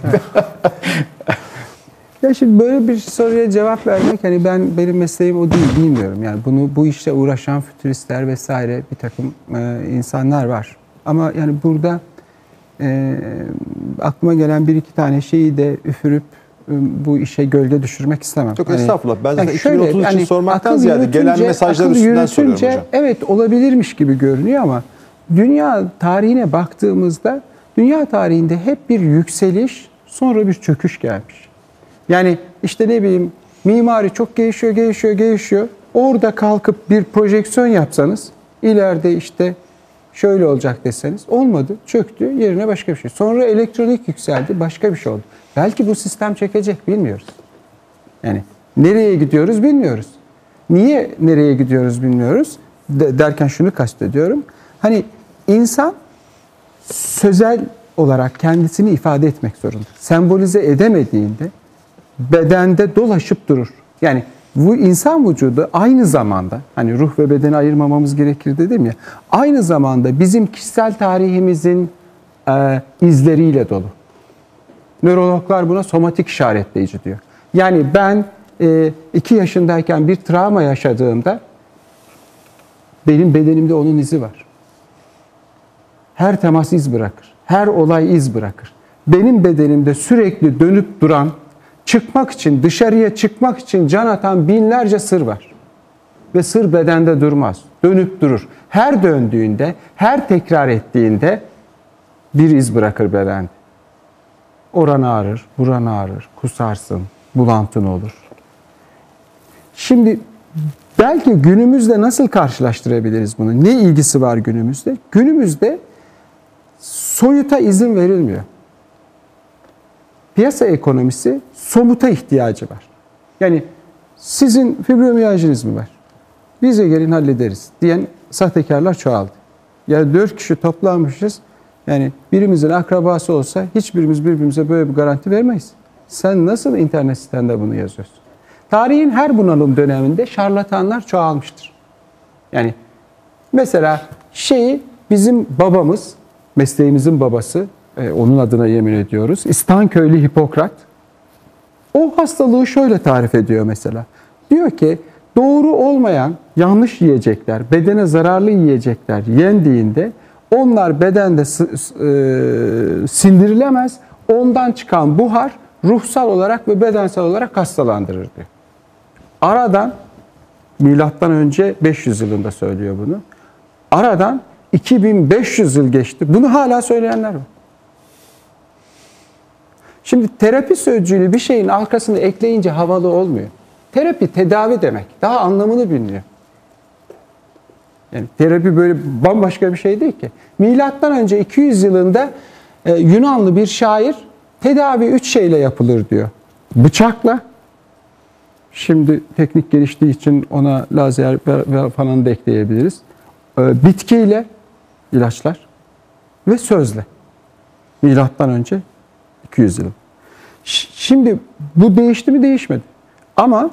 Ya şimdi böyle bir soruya cevap vermek, hani benim mesleğim o değil, bilmiyorum. Yani bu işle uğraşan fütüristler vesaire bir takım insanlar var. Ama yani burada aklıma gelen bir iki tane şeyi de üfürüp bu işe gölge düşürmek istemem. Çok estağfurullah. Ben zaten yani 2030 için sormaktan akıl ziyade gelen mesajlar akıl üstünden soruyorum hocam. Evet, olabilirmiş gibi görünüyor ama dünya tarihine baktığımızda dünya tarihinde hep bir yükseliş, sonra bir çöküş gelmiş. Yani işte ne bileyim, mimari çok gelişiyor. Orada kalkıp bir projeksiyon yapsanız, ileride işte şöyle olacak deseniz, olmadı, çöktü, yerine başka bir şey. Sonra elektronik yükseldi, başka bir şey oldu. Belki bu sistem çökecek, bilmiyoruz. Yani nereye gidiyoruz bilmiyoruz. Niye nereye gidiyoruz bilmiyoruz derken şunu kastediyorum. Hani insan sözel olarak kendisini ifade etmek zorunda. Sembolize edemediğinde bedende dolaşıp durur. Yani bu insan vücudu aynı zamanda, hani ruh ve bedeni ayırmamamız gerekir dedim ya, aynı zamanda bizim kişisel tarihimizin izleriyle dolu. Nörologlar buna somatik işaretleyici diyor. Yani ben 2 yaşındayken bir travma yaşadığımda benim bedenimde onun izi var. Her temas iz bırakır. Her olay iz bırakır. Benim bedenimde sürekli dönüp duran, çıkmak için, dışarıya çıkmak için can atan binlerce sır var. Ve sır bedende durmaz. Dönüp durur. Her döndüğünde, her tekrar ettiğinde bir iz bırakır bedende. Oran ağrır, buran ağrır, kusarsın, bulantın olur. Şimdi belki günümüzde nasıl karşılaştırabiliriz bunu? Ne ilgisi var günümüzde? Günümüzde soyuta izin verilmiyor. Piyasa ekonomisi somuta ihtiyacı var. Yani sizin fibromiyajınız mı var? Bize gelin hallederiz diyen sahtekarlar çoğaldı. Yani 4 kişi toplanmışız. Yani birimizin akrabası olsa hiçbirimiz birbirimize böyle bir garanti vermeyiz. Sen nasıl internet sitende bunu yazıyorsun? Tarihin her bunalım döneminde şarlatanlar çoğalmıştır. Yani mesela bizim babamız, mesleğimizin babası, onun adına yemin ediyoruz, İstanköylü Hipokrat, o hastalığı şöyle tarif ediyor mesela. Diyor ki doğru olmayan yanlış yiyecekler, bedene zararlı yiyecekler yendiğinde onlar bedende sindirilemez, ondan çıkan buhar ruhsal olarak ve bedensel olarak hastalandırır diyor. Aradan, milattan önce 500 yılında söylüyor bunu. Aradan 2500 yıl geçti. Bunu hala söyleyenler var. Şimdi terapi sözcüğünü bir şeyin arkasını ekleyince havalı olmuyor. Terapi tedavi demek. Daha anlamını bilmiyor. Yani terapi böyle bambaşka bir şey değil ki. Milattan önce 200 yılında Yunanlı bir şair tedavi 3 şeyle yapılır diyor. Bıçakla, şimdi teknik geliştiği için ona lazer falan da ekleyebiliriz. Bitkiyle, ilaçlar ve sözle. Milattan önce 200 yıl. Şimdi bu değişti mi? Değişmedi. Ama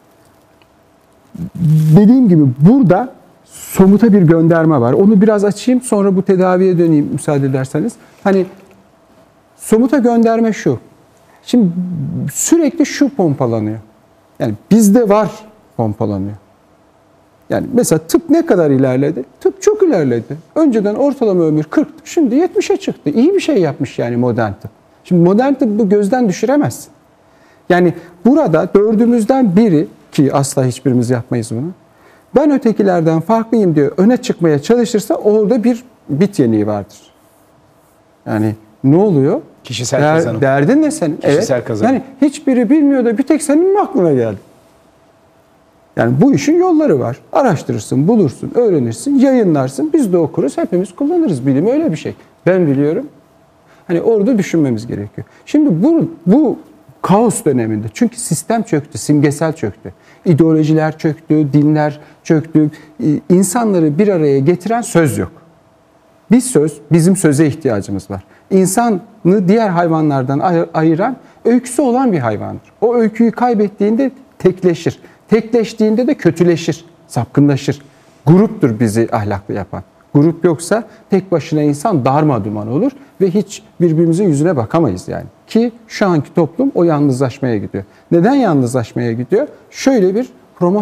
dediğim gibi burada somuta bir gönderme var. Onu biraz açayım, sonra bu tedaviye döneyim müsaade ederseniz. Hani somuta gönderme şu. Şimdi sürekli şu pompalanıyor. Yani bizde var pompalanıyor. Yani mesela tıp ne kadar ilerledi? Tıp çok ilerledi. Önceden ortalama ömür 40'tı. Şimdi 70'e çıktı. İyi bir şey yapmış yani modern tıp. Şimdi modern tıp bu gözden düşüremezsin. Yani burada dördümüzden biri, ki asla hiçbirimiz yapmayız bunu, ben ötekilerden farklıyım diyor, öne çıkmaya çalışırsa orada bir bit yeniği vardır. Yani ne oluyor? Kişisel kazanım. Derdin ne senin? Kişisel kazanım. Yani hiçbiri bilmiyor da bir tek senin mi aklına geldi? Yani bu işin yolları var. Araştırırsın, bulursun, öğrenirsin, yayınlarsın. Biz de okuruz, hepimiz kullanırız. Bilim öyle bir şey. Ben biliyorum. Hani orada düşünmemiz gerekiyor. Şimdi bu kaos döneminde, çünkü sistem çöktü, simgesel çöktü. İdeolojiler çöktü, dinler çöktü. İnsanları bir araya getiren söz yok. Bizim söze ihtiyacımız var. İnsanı diğer hayvanlardan ayıran öyküsü olan bir hayvandır. O öyküyü kaybettiğinde tekleşir. Tekleştiğinde de kötüleşir, sapkınlaşır. Gruptur bizi ahlaklı yapan. Grup yoksa tek başına insan darmaduman olur ve hiç birbirimizin yüzüne bakamayız yani. Ki şu anki toplum o yalnızlaşmaya gidiyor. Neden yalnızlaşmaya gidiyor? Şöyle bir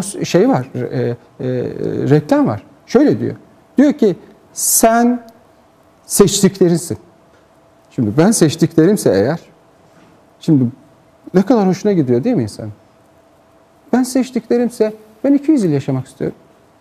reklam var. Şöyle diyor. Diyor ki sen seçtiklerinsin. Şimdi ben seçtiklerimse eğer, şimdi ne kadar hoşuna gidiyor değil mi insan? Ben seçtiklerimse ben 200 yıl yaşamak istiyorum.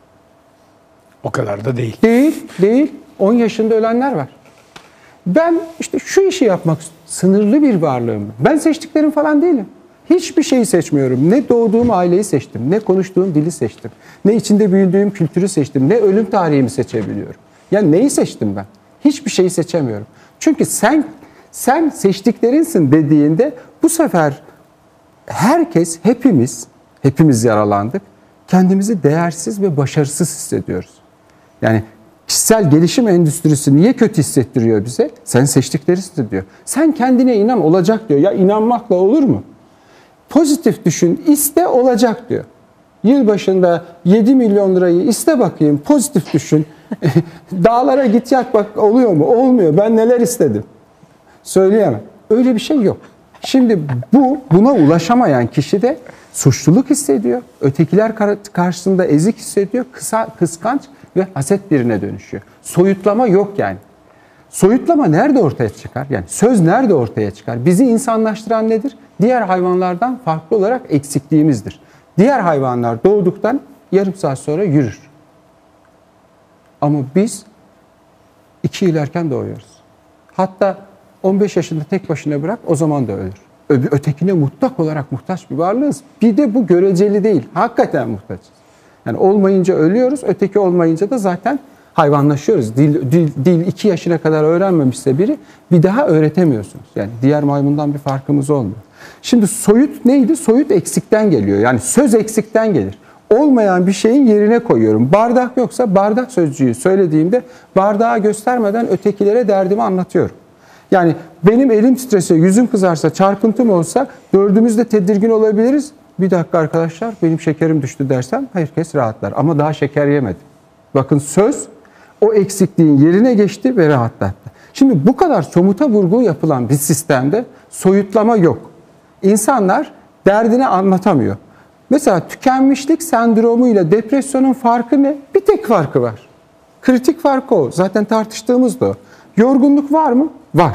O kadar da değil. Değil. 10 yaşında ölenler var. Ben işte şu işi yapmak istiyorum. Sınırlı bir varlığım. Ben seçtiklerim falan değilim. Hiçbir şeyi seçmiyorum. Ne doğduğum aileyi seçtim, ne konuştuğum dili seçtim, ne içinde büyüdüğüm kültürü seçtim, ne ölüm tarihimi seçebiliyorum. Yani neyi seçtim ben? Hiçbir şeyi seçemiyorum. Çünkü sen seçtiklerinsin dediğinde bu sefer herkes, hepimiz yaralandık. Kendimizi değersiz ve başarısız hissediyoruz. Yani kişisel gelişim endüstrisi niye kötü hissettiriyor bize? Sen seçtiklerisin diyor. Sen kendine inan, olacak diyor. Ya inanmakla olur mu? Pozitif düşün, iste, olacak diyor. Yılbaşında 7 milyon lirayı iste bakayım, pozitif düşün. Dağlara git yat bak, oluyor mu? Olmuyor. Ben neler istedim? Söyleyemem. Öyle bir şey yok. Şimdi buna ulaşamayan kişi de suçluluk hissediyor. Ötekiler karşısında ezik hissediyor. Kıskanç ve haset birine dönüşüyor. Soyutlama yok yani. Soyutlama nerede ortaya çıkar? Yani söz nerede ortaya çıkar? Bizi insanlaştıran nedir? Diğer hayvanlardan farklı olarak eksikliğimizdir. Diğer hayvanlar doğduktan yarım saat sonra yürür. Ama biz 2 yıl erken doğuyoruz. Hatta 15 yaşında tek başına bırak, o zaman da ölür. Ötekine mutlak olarak muhtaç bir varlığız. Bir de bu göreceli değil. Hakikaten muhtaçız. Yani olmayınca ölüyoruz, öteki olmayınca da zaten hayvanlaşıyoruz. Dil 2 yaşına kadar öğrenmemişse biri bir daha öğretemiyorsunuz. Yani diğer maymundan bir farkımız olmuyor. Şimdi soyut neydi? Soyut eksikten geliyor. Yani söz eksikten gelir. Olmayan bir şeyin yerine koyuyorum. Bardak yoksa bardak sözcüğü söylediğimde bardağı göstermeden ötekilere derdimi anlatıyorum. Yani benim elim titrese, yüzüm kızarsa, çarpıntım olsa dördümüz de tedirgin olabiliriz. Bir dakika arkadaşlar, benim şekerim düştü dersem herkes rahatlar. Ama daha şeker yemedim. Bakın söz o eksikliğin yerine geçti ve rahatlattı. Şimdi bu kadar somuta vurgu yapılan bir sistemde soyutlama yok. İnsanlar derdini anlatamıyor. Mesela tükenmişlik sendromu ile depresyonun farkı ne? Bir tek farkı var. Kritik farkı o. Zaten tartıştığımız da o. Yorgunluk var mı? Var.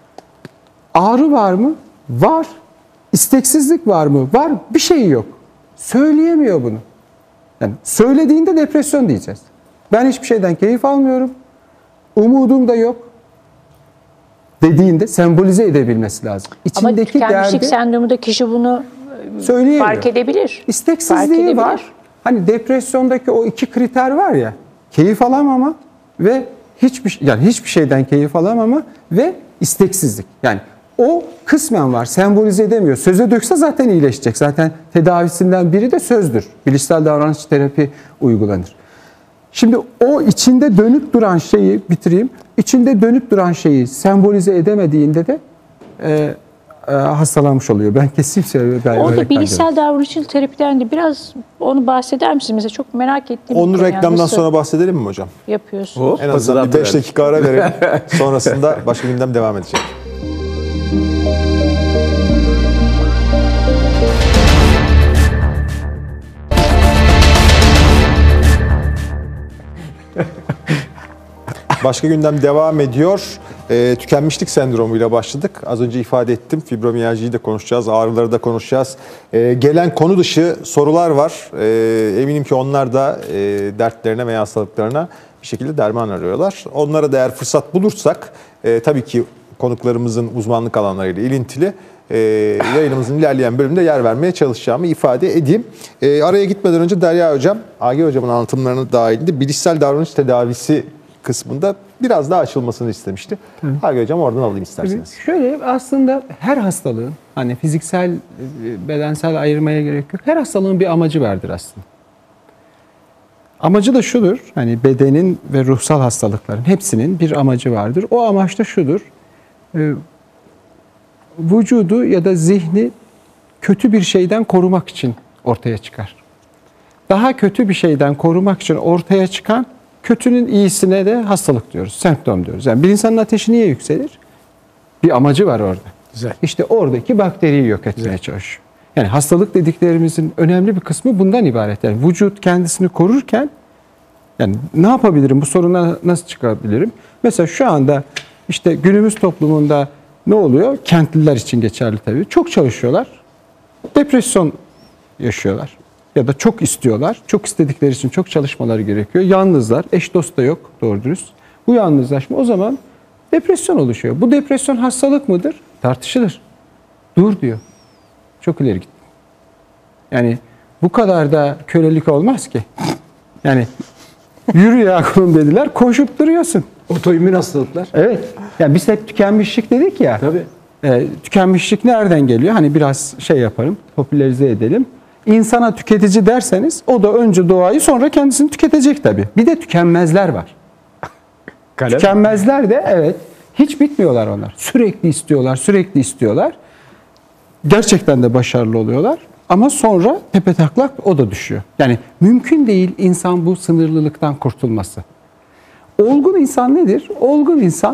Ağrı var mı? Var. İsteksizlik var mı? Var. Bir şey yok. Söyleyemiyor bunu. Yani söylediğinde depresyon diyeceğiz. Ben hiçbir şeyden keyif almıyorum. Umudum da yok. Dediğinde sembolize edebilmesi lazım. Ama tükenmişlik sendromunda kişi bunu fark edebilir. İsteksizliği var. Hani depresyondaki o 2 kriter var ya. Keyif alamama ve hiçbir şeyden keyif alamama ve isteksizlik. Yani o kısmen var, sembolize edemiyor. Söze dökse zaten iyileşecek. Zaten tedavisinden biri de sözdür. Bilişsel davranış terapi uygulanır. Şimdi o içinde dönüp duran şeyi bitireyim. İçinde dönüp duran şeyi sembolize edemediğinde de hastalanmış oluyor. Ben kesinlikle orada bilişsel davranışçı terapiden de biraz onu bahseder misiniz? Mesela çok merak ettiğim Onu bir konu. reklamdan Nasıl sonra bahsedelim mi hocam? yapıyorsunuz? En azından bir 5 dakika ara verelim. Sonrasında başka gündem devam edecek. Başka gündem devam ediyor. Tükenmişlik sendromuyla başladık. Az önce ifade ettim. Fibromiyaljiyi de konuşacağız, ağrıları da konuşacağız. Gelen konu dışı sorular var. Eminim ki onlar da dertlerine veya hastalıklarına bir şekilde derman arıyorlar. Onlara da eğer fırsat bulursak, tabii ki konuklarımızın uzmanlık alanlarıyla ilintili yayınımızın ilerleyen bölümünde yer vermeye çalışacağımı ifade edeyim. Araya gitmeden önce Derya Hocam, Agi Hocam'ın anlatımlarına dahilinde bilişsel davranış tedavisi kısmında biraz daha açılmasını istemişti. Agi Hocam oradan alayım isterseniz. Şöyle, aslında her hastalığın, hani fiziksel, bedensel ayırmaya gerek yok. Her hastalığın bir amacı vardır aslında. Amacı da şudur, hani bedenin ve ruhsal hastalıkların hepsinin bir amacı vardır. O amaç da şudur, vücudu ya da zihni kötü bir şeyden korumak için ortaya çıkar. Daha kötü bir şeyden korumak için ortaya çıkan kötünün iyisine de hastalık diyoruz, semptom diyoruz. Yani bir insanın ateşi niye yükselir? Bir amacı var orada. Güzel. İşte oradaki bakteriyi yok etmeye çalışıyor. Yani hastalık dediklerimizin önemli bir kısmı bundan ibaret. Yani vücut kendisini korurken, yani ne yapabilirim, bu soruna nasıl çıkabilirim? Mesela şu anda işte günümüz toplumunda ne oluyor? Kentliler için geçerli tabii. Çok çalışıyorlar, depresyon yaşıyorlar. Ya da çok istiyorlar. Çok istedikleri için çok çalışmaları gerekiyor. Yalnızlar, eş dost da yok doğru dürüst. Bu yalnızlaşma o zaman depresyon oluşuyor. Bu depresyon hastalık mıdır? Tartışılır. Dur diyor. Çok ileri gittim. Yani bu kadar da kölelik olmaz ki. Yani yürü ya kulum dediler, koşup duruyorsun. Otoimmün hastalıklar. Evet. Yani biz hep tükenmişlik dedik ya. Tabii. Tükenmişlik nereden geliyor? Hani biraz şey yaparım, popülerize edelim. İnsana tüketici derseniz o da önce doğayı sonra kendisini tüketecek tabii. Bir de tükenmezler var. Tükenmezler de evet hiç bitmiyorlar onlar. Sürekli istiyorlar, sürekli istiyorlar. Gerçekten de başarılı oluyorlar. Ama sonra tepetaklak o da düşüyor. Yani mümkün değil insan bu sınırlılıktan kurtulması. Olgun insan nedir? Olgun insan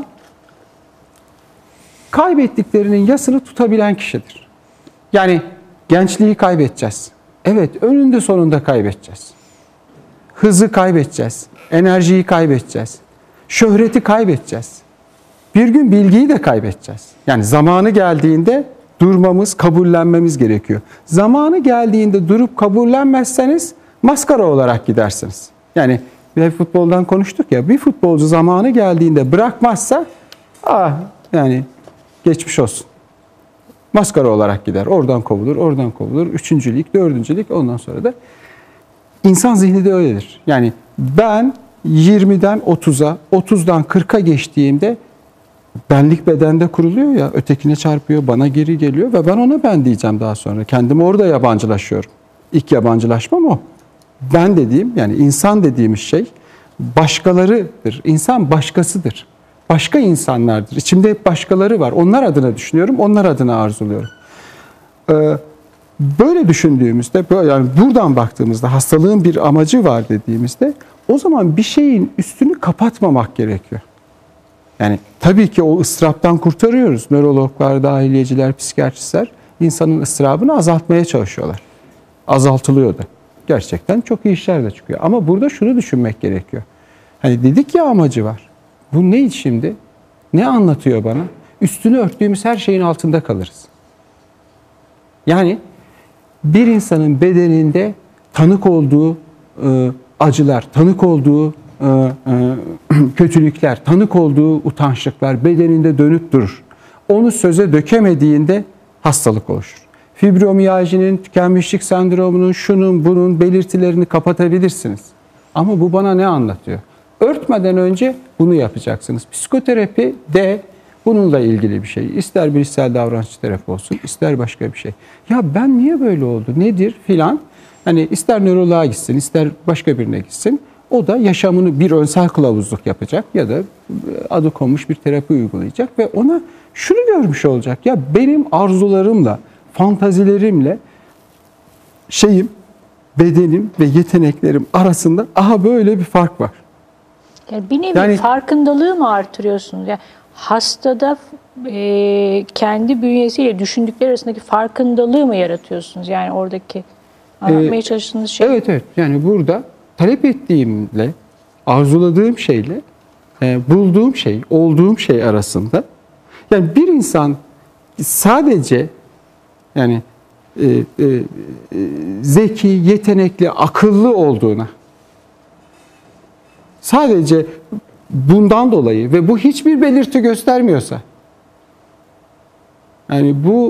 kaybettiklerinin yasını tutabilen kişidir. Yani gençliği kaybedeceğiz. Evet, önünde sonunda kaybedeceğiz. Hızı kaybedeceğiz. Enerjiyi kaybedeceğiz. Şöhreti kaybedeceğiz. Bir gün bilgiyi de kaybedeceğiz. Yani zamanı geldiğinde durmamız, kabullenmemiz gerekiyor. Zamanı geldiğinde durup kabullenmezseniz maskara olarak gidersiniz. Yani bir de futboldan konuştuk ya, bir futbolcu zamanı geldiğinde bırakmazsa yani geçmiş olsun. Maskara olarak gider. Oradan kovulur, oradan kovulur. 3. lig, 4. lig, ondan sonra da insan zihni de öyledir. Yani ben 20'den 30'a, 30'dan 40'a geçtiğimde benlik bedende kuruluyor ya, ötekine çarpıyor, bana geri geliyor ve ben ona ben diyeceğim daha sonra. Kendimi orada yabancılaşıyorum. İlk yabancılaşmam o. Ben dediğim, yani insan dediğimiz şey başkalarıdır. İnsan başkasıdır. Başka insanlardır. İçimde hep başkaları var. Onlar adına düşünüyorum, onlar adına arzuluyorum. Böyle düşündüğümüzde, yani buradan baktığımızda hastalığın bir amacı var dediğimizde o zaman bir şeyin üstünü kapatmamak gerekiyor. Yani tabii ki o ıstıraptan kurtarıyoruz. Nörologlar, dahiliyeciler, psikiyatristler insanın ıstırabını azaltmaya çalışıyorlar. Azaltılıyor da. Gerçekten çok iyi işler de çıkıyor. Ama burada şunu düşünmek gerekiyor. Hani dedik ya amacı var. Bu ne şimdi? Ne anlatıyor bana? Üstünü örttüğümüz her şeyin altında kalırız. Yani bir insanın bedeninde tanık olduğu acılar, tanık olduğu kötülükler, tanık olduğu utançlıklar bedeninde dönüp durur. Onu söze dökemediğinde hastalık oluşur. Fibromiyajinin, tükenmişlik sendromunun, şunun bunun belirtilerini kapatabilirsiniz. Ama bu bana ne anlatıyor? Örtmeden önce bunu yapacaksınız. Psikoterapi de Bununla ilgili bir şey. İster bilişsel davranış terapi olsun, ister başka bir şey. Ya ben niye böyle oldu? Nedir filan? Hani ister nöroloğa gitsin, ister başka birine gitsin. O da yaşamını bir önsel kılavuzluk yapacak ya da adı konmuş bir terapi uygulayacak ve ona şunu görmüş olacak. Ya benim arzularımla, fantazilerimle bedenim ve yeteneklerim arasında böyle bir fark var. Yani bir nevi farkındalığı mı artırıyorsunuz? Yani hastada kendi bünyesiyle düşündükleri arasındaki farkındalığı mı yaratıyorsunuz? Yani oradaki anlatmaya çalıştığınız şey. Evet. Yani burada talep ettiğimle, arzuladığım şeyle bulduğum şey, olduğum şey arasında, yani bir insan sadece yani zeki, yetenekli, akıllı olduğuna, sadece bundan dolayı ve bu hiçbir belirti göstermiyorsa, yani bu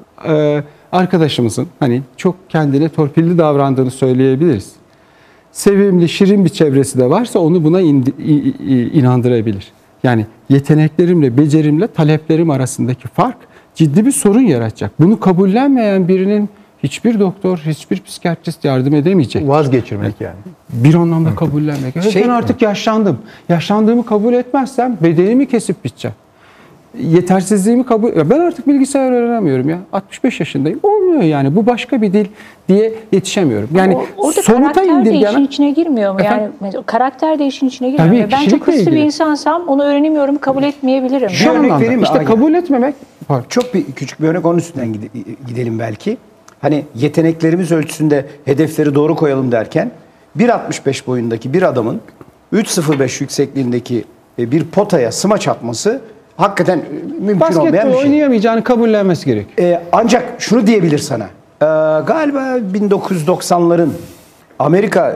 arkadaşımızın hani çok kendine torpilli davrandığını söyleyebiliriz. Sevimli, şirin bir çevresi de varsa onu buna inandırabilir. Yani yeteneklerimle, becerimle taleplerim arasındaki fark ciddi bir sorun yaratacak. Bunu kabullenmeyen birinin hiçbir doktor, hiçbir psikiyatrist yardım edemeyecek. Vazgeçirmek yani. Bir anlamda kabullenmek. Ben artık yaşlandım. Yaşlandığımı kabul etmezsem bedenimi kesip biteceğim. Yetersizliğimi ben artık bilgisayar öğrenemiyorum ya. 65 yaşındayım. Olmuyor yani. Bu başka bir dil diye yetişemiyorum. Yani orada somuta karakter de indirgenen... işin içine girmiyor mu? Efendim? Yani karakter de işin içine girmiyor mu? Tabii, Ben çok kişilikle hırslı bir ilgili. insansam onu öğrenemiyorum, kabul etmeyebilirim. Bir Şu örnek anlamda vereyim mi? işte kabul etmemek... Çok küçük bir örnek, onun üstünden gidelim belki. Hani yeteneklerimiz ölçüsünde hedefleri doğru koyalım derken 1.65 boyundaki bir adamın 3.05 yüksekliğindeki bir potaya smaç atması hakikaten mümkün olmayan bir Basketbol şey. oynayamayacağını kabullenmesi gerekiyor. Ancak şunu diyebilir sana. Galiba 1990'ların Amerika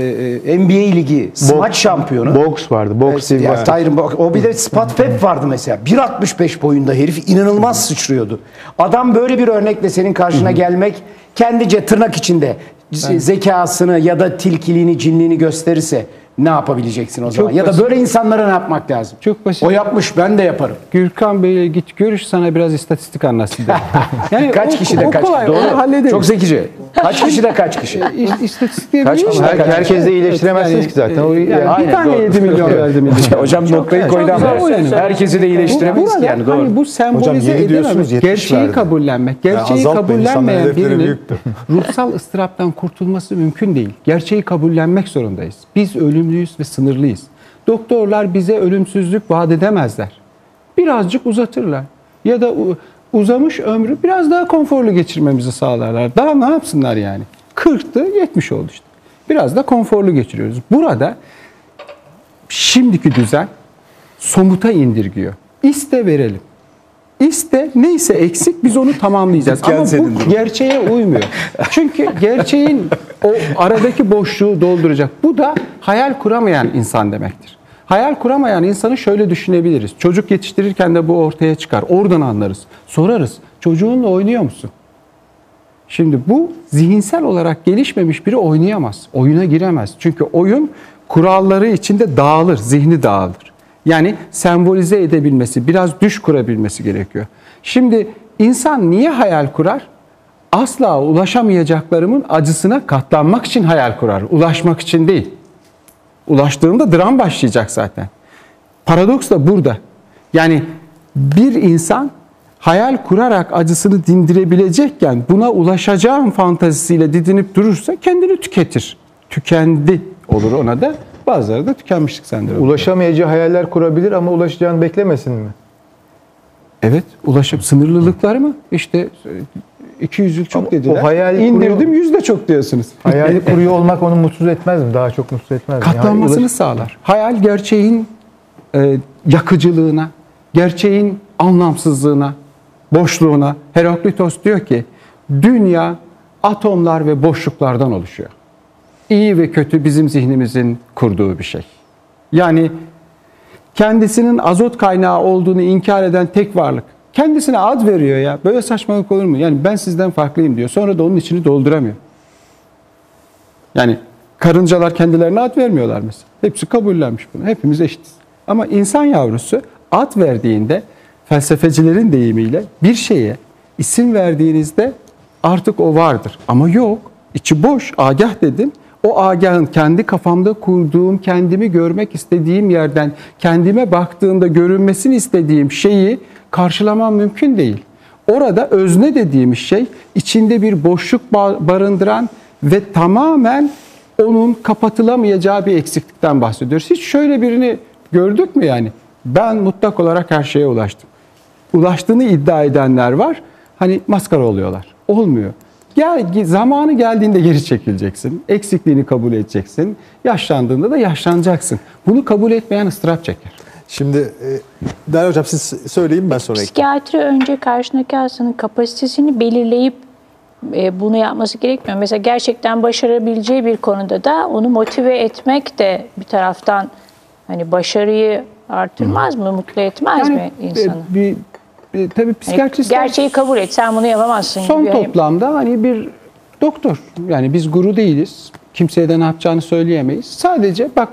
NBA Ligi smaç şampiyonu. Boks vardı. Boks diye bir var. O bir de Spat Pep vardı mesela. 1.65 boyunda herif inanılmaz sıçrıyordu. Adam böyle bir örnekle senin karşına gelmek, kendice tırnak içinde zekasını ya da tilkiliğini, cinliğini gösterirse ne yapabileceksin o zaman? Ya da böyle insanlara ne yapmak lazım? Çok basit. O yapmış, ben de yaparım. Gürkan Bey'le git görüş, sana biraz istatistik anlatsın. Yani Kaç kişi de kaç kişi? kolay, Doğru. onu hallederiz. Çok zekice. Kaç kişi de kaç kişi? İstatistik diye Kaç bir kişi? şey var. Herkes de iyileştiremezsiniz ki zaten. O Yani Aynen, bir tane doğru. 7 milyon verdim. Hocam noktayı koydu ama herkesi de iyileştiremeyiz ki yani, doğru. Hani bu sembolize Hocam yeni diyorsunuz, edilemez. 70 Gerçeği verdi. kabullenmek, gerçeği azaltmayın, insanların kabullenmeyen hedefleri birinin büyüktü. ruhsal ıstıraptan kurtulması mümkün değil. Gerçeği kabullenmek zorundayız. Biz ölümlüyüz ve sınırlıyız. Doktorlar bize ölümsüzlük vaat edemezler. Birazcık uzatırlar. Ya da uzamış ömrü biraz daha konforlu geçirmemizi sağlarlar. Daha ne yapsınlar yani? 40'tı, 70 oldu işte. Biraz da konforlu geçiriyoruz. Burada şimdiki düzen somuta indirgiyor. İste verelim. İste neyse eksik biz onu tamamlayacağız. Dükkan Ama senin. bu gerçeğe uymuyor. Çünkü gerçeğin o aradaki boşluğu dolduracak. Bu da hayal kuramayan insan demektir. Hayal kuramayan insanı şöyle düşünebiliriz. Çocuk yetiştirirken de bu ortaya çıkar. Oradan anlarız. Sorarız. Çocuğunla oynuyor musun? Şimdi bu zihinsel olarak gelişmemiş biri oynayamaz. Oyuna giremez. Çünkü oyun kuralları içinde dağılır. Zihni dağılır. Yani sembolize edebilmesi, biraz düş kurabilmesi gerekiyor. Şimdi insan niye hayal kurar? Asla ulaşamayacaklarımın acısına katlanmak için hayal kurar. Ulaşmak için değil. Ulaştığında dram başlayacak zaten. Paradoks da burada. Yani bir insan hayal kurarak acısını dindirebilecekken buna ulaşacağım fantazisiyle didinip durursa kendini tüketir. Tükendi olur ona da. Bazıları da tükenmişlik sendromu. Ulaşamayacağı hayaller kurabilir ama ulaşacağını beklemesin mi? Evet, ulaşım sınırlılıklar mı? İşte 200 yıl çok Ama dediler. o hayal İndirdim kuruyor. 100 de çok diyorsunuz. Hayali kuruyor olmak onu mutsuz etmez mi? Daha çok mutsuz etmez mi? Katlanmasını sağlar. Hayal gerçeğin yakıcılığına, gerçeğin anlamsızlığına, boşluğuna. Heraklitos diyor ki dünya atomlar ve boşluklardan oluşuyor. İyi ve kötü bizim zihnimizin kurduğu bir şey. Yani kendisinin azot kaynağı olduğunu inkar eden tek varlık. Kendisine ad veriyor ya. Böyle saçmalık olur mu? Yani ben sizden farklıyım diyor. Sonra da onun içini dolduramıyor. Yani karıncalar kendilerine ad vermiyorlar mesela. Hepsi kabullenmiş bunu. Hepimiz eşitiz. Ama insan yavrusu ad verdiğinde felsefecilerin deyimiyle bir şeye isim verdiğinizde artık o vardır. Ama yok. İçi boş. Agah dedim. O agahın kendi kafamda kurduğum, kendimi görmek istediğim yerden kendime baktığımda görünmesini istediğim şeyi karşılamam mümkün değil. Orada özne dediğimiz şey içinde bir boşluk barındıran ve tamamen onun kapatılamayacağı bir eksiklikten bahsediyoruz. Hiç şöyle birini gördük mü yani? Ben mutlak olarak her şeye ulaştım. Ulaştığını iddia edenler var. Hani maskara oluyorlar. Olmuyor. Zamanı geldiğinde geri çekileceksin. Eksikliğini kabul edeceksin. Yaşlandığında da yaşlanacaksın. Bunu kabul etmeyen ıstırap çeker. Şimdi Değerli Hocam siz söyleyin ben sonra ekleyeyim. Psikiyatri önce karşındaki hastanın kapasitesini belirleyip bunu yapması gerekmiyor. Mesela gerçekten başarabileceği bir konuda da onu motive etmek de bir taraftan hani başarıyı artırmaz mı, mutlu etmez mi insanı? Tabii psikiyatristler gerçeği kabul et, sen bunu yapamazsın son gibi. toplamda hani bir doktor. Yani biz guru değiliz. Kimseye de ne yapacağını söyleyemeyiz. Sadece bak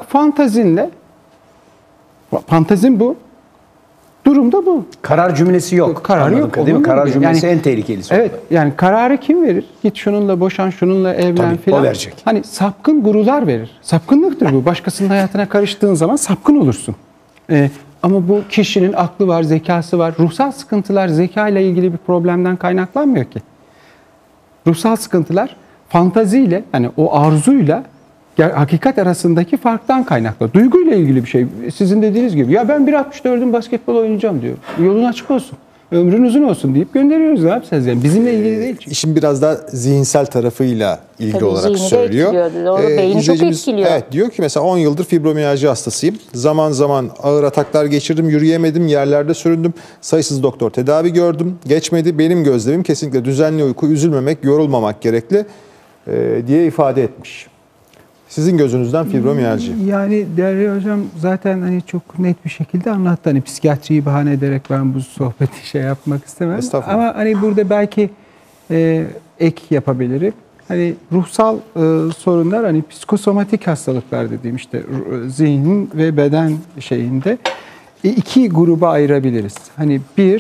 fantazin bu. Durumda bu. Karar cümlesi yok. Karar yok. Değil mi? Karar cümlesi yani, en tehlikelisi. Evet. Yani kararı kim verir? Git şununla boşan, şununla evlen Tabii, filan. o verecek. Hani sapkın gurular verir. Sapkınlıktır bu. Başkasının hayatına karıştığın zaman sapkın olursun. Ama bu kişinin aklı var, zekası var. Ruhsal sıkıntılar zeka ile ilgili bir problemden kaynaklanmıyor ki. Ruhsal sıkıntılar fantaziyle, yani o arzuyla hakikat arasındaki farktan kaynaklı. Duyguyla ilgili bir şey. Sizin dediğiniz gibi. Ya ben 1.64'ün basketbol oynayacağım diyor. Yolun açık olsun. Ömrün uzun olsun deyip gönderiyoruz. Ne yapacağız yani? Bizimle ilgili değil çünkü. İşin biraz da zihinsel tarafıyla ilgili Tabii olarak zihni de söylüyor. etkiliyor. Doğru, beyni çok İzleyicimiz, etkiliyor. Evet, diyor ki mesela 10 yıldır fibromiyalji hastasıyım. Zaman zaman ağır ataklar geçirdim, yürüyemedim, yerlerde süründüm. Sayısız doktor tedavi gördüm. Geçmedi. Benim gözlemim kesinlikle düzenli uyku, üzülmemek, yorulmamak gerekli diye ifade etmiş. Sizin gözünüzden fibromiyalji. Yani Derya Hocam zaten hani çok net bir şekilde anlattı. Hani psikiyatriyi bahane ederek ben bu sohbeti şey yapmak istemem. Estağfurullah. Ama hani burada belki ek yapabilirim. Hani ruhsal sorunlar, hani psikosomatik hastalıklar dediğim işte zihin ve beden şeyinde iki gruba ayırabiliriz. Hani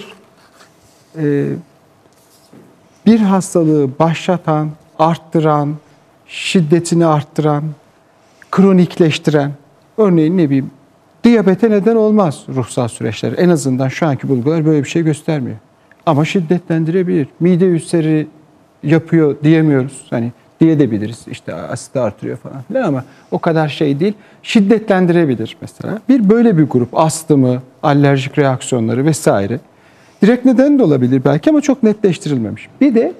bir hastalığı başlatan, arttıran, şiddetini arttıran, kronikleştiren, örneğin ne bileyim diyabete neden olmaz ruhsal süreçler. En azından şu anki bulgular böyle bir şey göstermiyor. Ama şiddetlendirebilir. Mide ülseri yapıyor diyemiyoruz. Hani diyebiliriz. İşte asit artırıyor falan filan ama o kadar şey değil. Şiddetlendirebilir mesela. Bir böyle bir grup astımı, alerjik reaksiyonları vesaire. Direkt neden de olabilir belki ama çok netleştirilmemiş. Bir de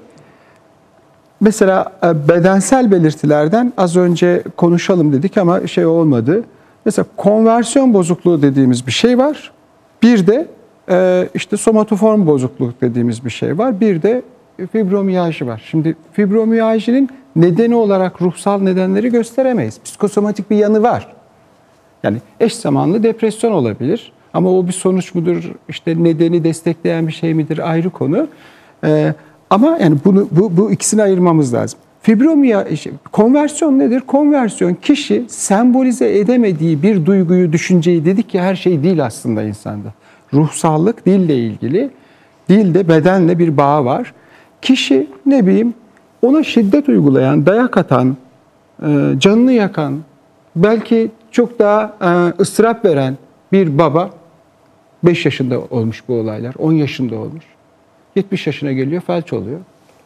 mesela bedensel belirtilerden az önce konuşalım dedik ama şey olmadı. Mesela konversiyon bozukluğu dediğimiz bir şey var. Bir de işte somatoform bozukluk dediğimiz bir şey var. Bir de fibromiyalji var. Şimdi fibromiyajinin nedeni olarak ruhsal nedenleri gösteremeyiz. Psikosomatik bir yanı var. Yani eş zamanlı depresyon olabilir. Ama o bir sonuç mudur, işte nedeni destekleyen bir şey midir ayrı konu. Ama yani bu ikisini ayırmamız lazım. Konversiyon nedir? Konversiyon kişi sembolize edemediği bir duyguyu, düşünceyi, dedik ki her şey değil aslında insanda. Ruhsallık dille ilgili. Dilde bedenle bir bağı var. Kişi ne bileyim ona şiddet uygulayan, dayak atan, canını yakan, belki çok daha ıstırap veren bir baba, 5 yaşında olmuş bu olaylar, 10 yaşında olmuş. 70 yaşına geliyor, felç oluyor.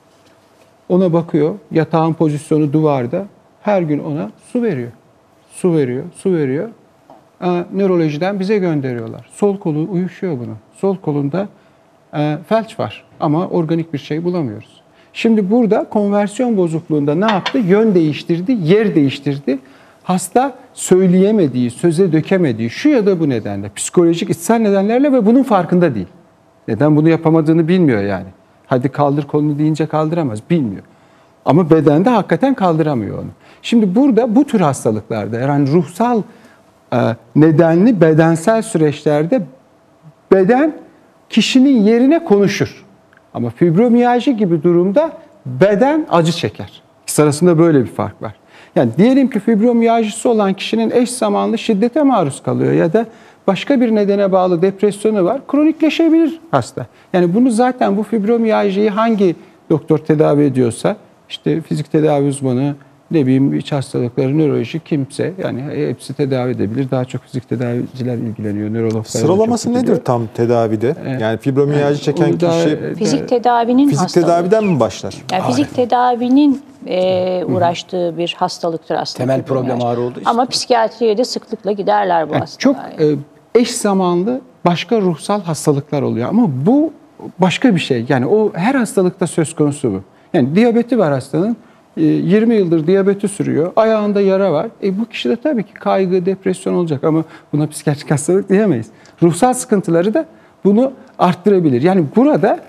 Ona bakıyor, yatağın pozisyonu duvarda. Her gün ona su veriyor. Su veriyor, su veriyor. Nörolojiden bize gönderiyorlar. Sol kolu uyuşuyor bunun. Sol kolunda felç var ama organik bir şey bulamıyoruz. Şimdi burada konversiyon bozukluğunda ne yaptı? Yön değiştirdi, yer değiştirdi. Hasta söyleyemediği, söze dökemediği şu ya da bu nedenle, psikolojik, içsel nedenlerle ve bunun farkında değil. Neden bunu yapamadığını bilmiyor yani. Hadi kaldır kolunu deyince kaldıramaz, bilmiyor. Ama bedende hakikaten kaldıramıyor onu. Şimdi burada bu tür hastalıklarda, yani ruhsal nedenli bedensel süreçlerde beden kişinin yerine konuşur. Ama fibromiyalji gibi durumda beden acı çeker. İkisi arasında böyle bir fark var. Yani diyelim ki fibromiyajisi olan kişinin eş zamanlı şiddete maruz kalıyor ya da başka bir nedene bağlı depresyonu var. Kronikleşebilir hasta. Yani bunu zaten bu fibromiyaljiyi hangi doktor tedavi ediyorsa, işte fizik tedavi uzmanı, ne bileyim iç hastalıkları, nöroloji kimse, yani hepsi tedavi edebilir. Daha çok fizik tedaviciler ilgileniyor, nörologlar. Sıralaması nedir tam tedavide? Yani fibromiyalji çeken kişi Fizik tedavinin fizik tedaviden mi başlar? Yani fizik tedavinin uğraştığı bir hastalıktır aslında. Temel problem ağrı olduğu için. Ama psikiyatriye de sıklıkla giderler bu hastalar. Çok eş zamanlı başka ruhsal hastalıklar oluyor ama bu başka bir şey. Yani o her hastalıkta söz konusu bu. Yani diyabeti var hastanın. 20 yıldır diyabeti sürüyor. Ayağında yara var. Bu kişide tabii ki kaygı, depresyon olacak ama buna psikiyatrik hastalık diyemeyiz. Ruhsal sıkıntıları da bunu arttırabilir. Yani burada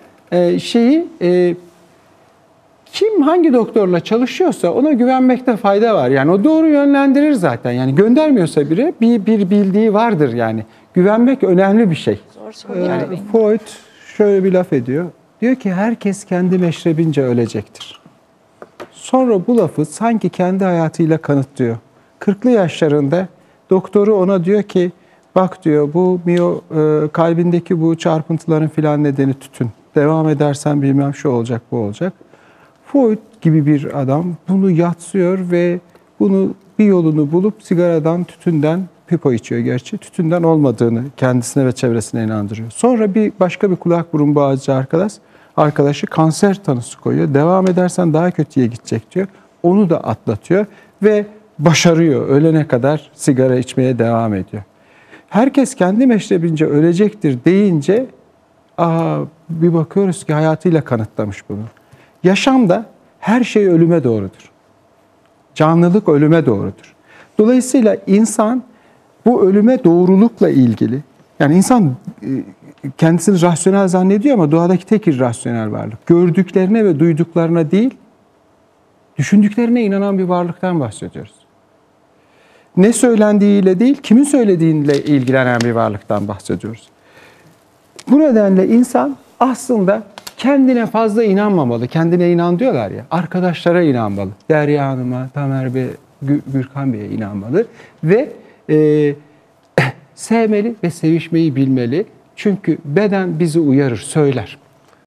kim hangi doktorla çalışıyorsa ona güvenmekte fayda var. Yani o doğru yönlendirir zaten. Yani göndermiyorsa biri bir bildiği vardır yani. Güvenmek önemli bir şey. Zor soru yani Freud şöyle bir laf ediyor. Diyor ki herkes kendi meşrebince ölecektir. Sonra bu lafı sanki kendi hayatıyla kanıtlıyor. 40'lı yaşlarında doktoru ona diyor ki bak diyor bu kalbindeki bu çarpıntıların filan nedeni tütün. Devam edersen bilmem şu olacak bu olacak. Freud gibi bir adam bunu yatsıyor ve bunu bir yolunu bulup sigaradan, tütünden, pipo içiyor gerçi, tütünden olmadığını kendisine ve çevresine inandırıyor. Sonra başka bir kulak burun boğazcı arkadaşı kanser tanısı koyuyor. Devam edersen daha kötüye gidecek diyor. Onu da atlatıyor ve başarıyor. Ölene kadar sigara içmeye devam ediyor. Herkes kendi meşrebince ölecektir deyince bir bakıyoruz ki hayatıyla kanıtlamış bunu. Yaşamda her şey ölüme doğrudur. Canlılık ölüme doğrudur. Dolayısıyla insan bu ölüme doğrulukla ilgili, yani insan kendisini rasyonel zannediyor ama doğadaki tek irrasyonel varlık. Gördüklerine ve duyduklarına değil, düşündüklerine inanan bir varlıktan bahsediyoruz. Ne söylendiğiyle değil, kimin söylediğiyle ilgilenen bir varlıktan bahsediyoruz. Bu nedenle insan aslında kendine fazla inanmamalı. Kendine inan diyorlar ya, arkadaşlara inanmalı. Derya Hanım'a, Tamer Bey, Gürkan Bey'e inanmalı ve sevmeli ve sevişmeyi bilmeli. Çünkü beden bizi uyarır, söyler.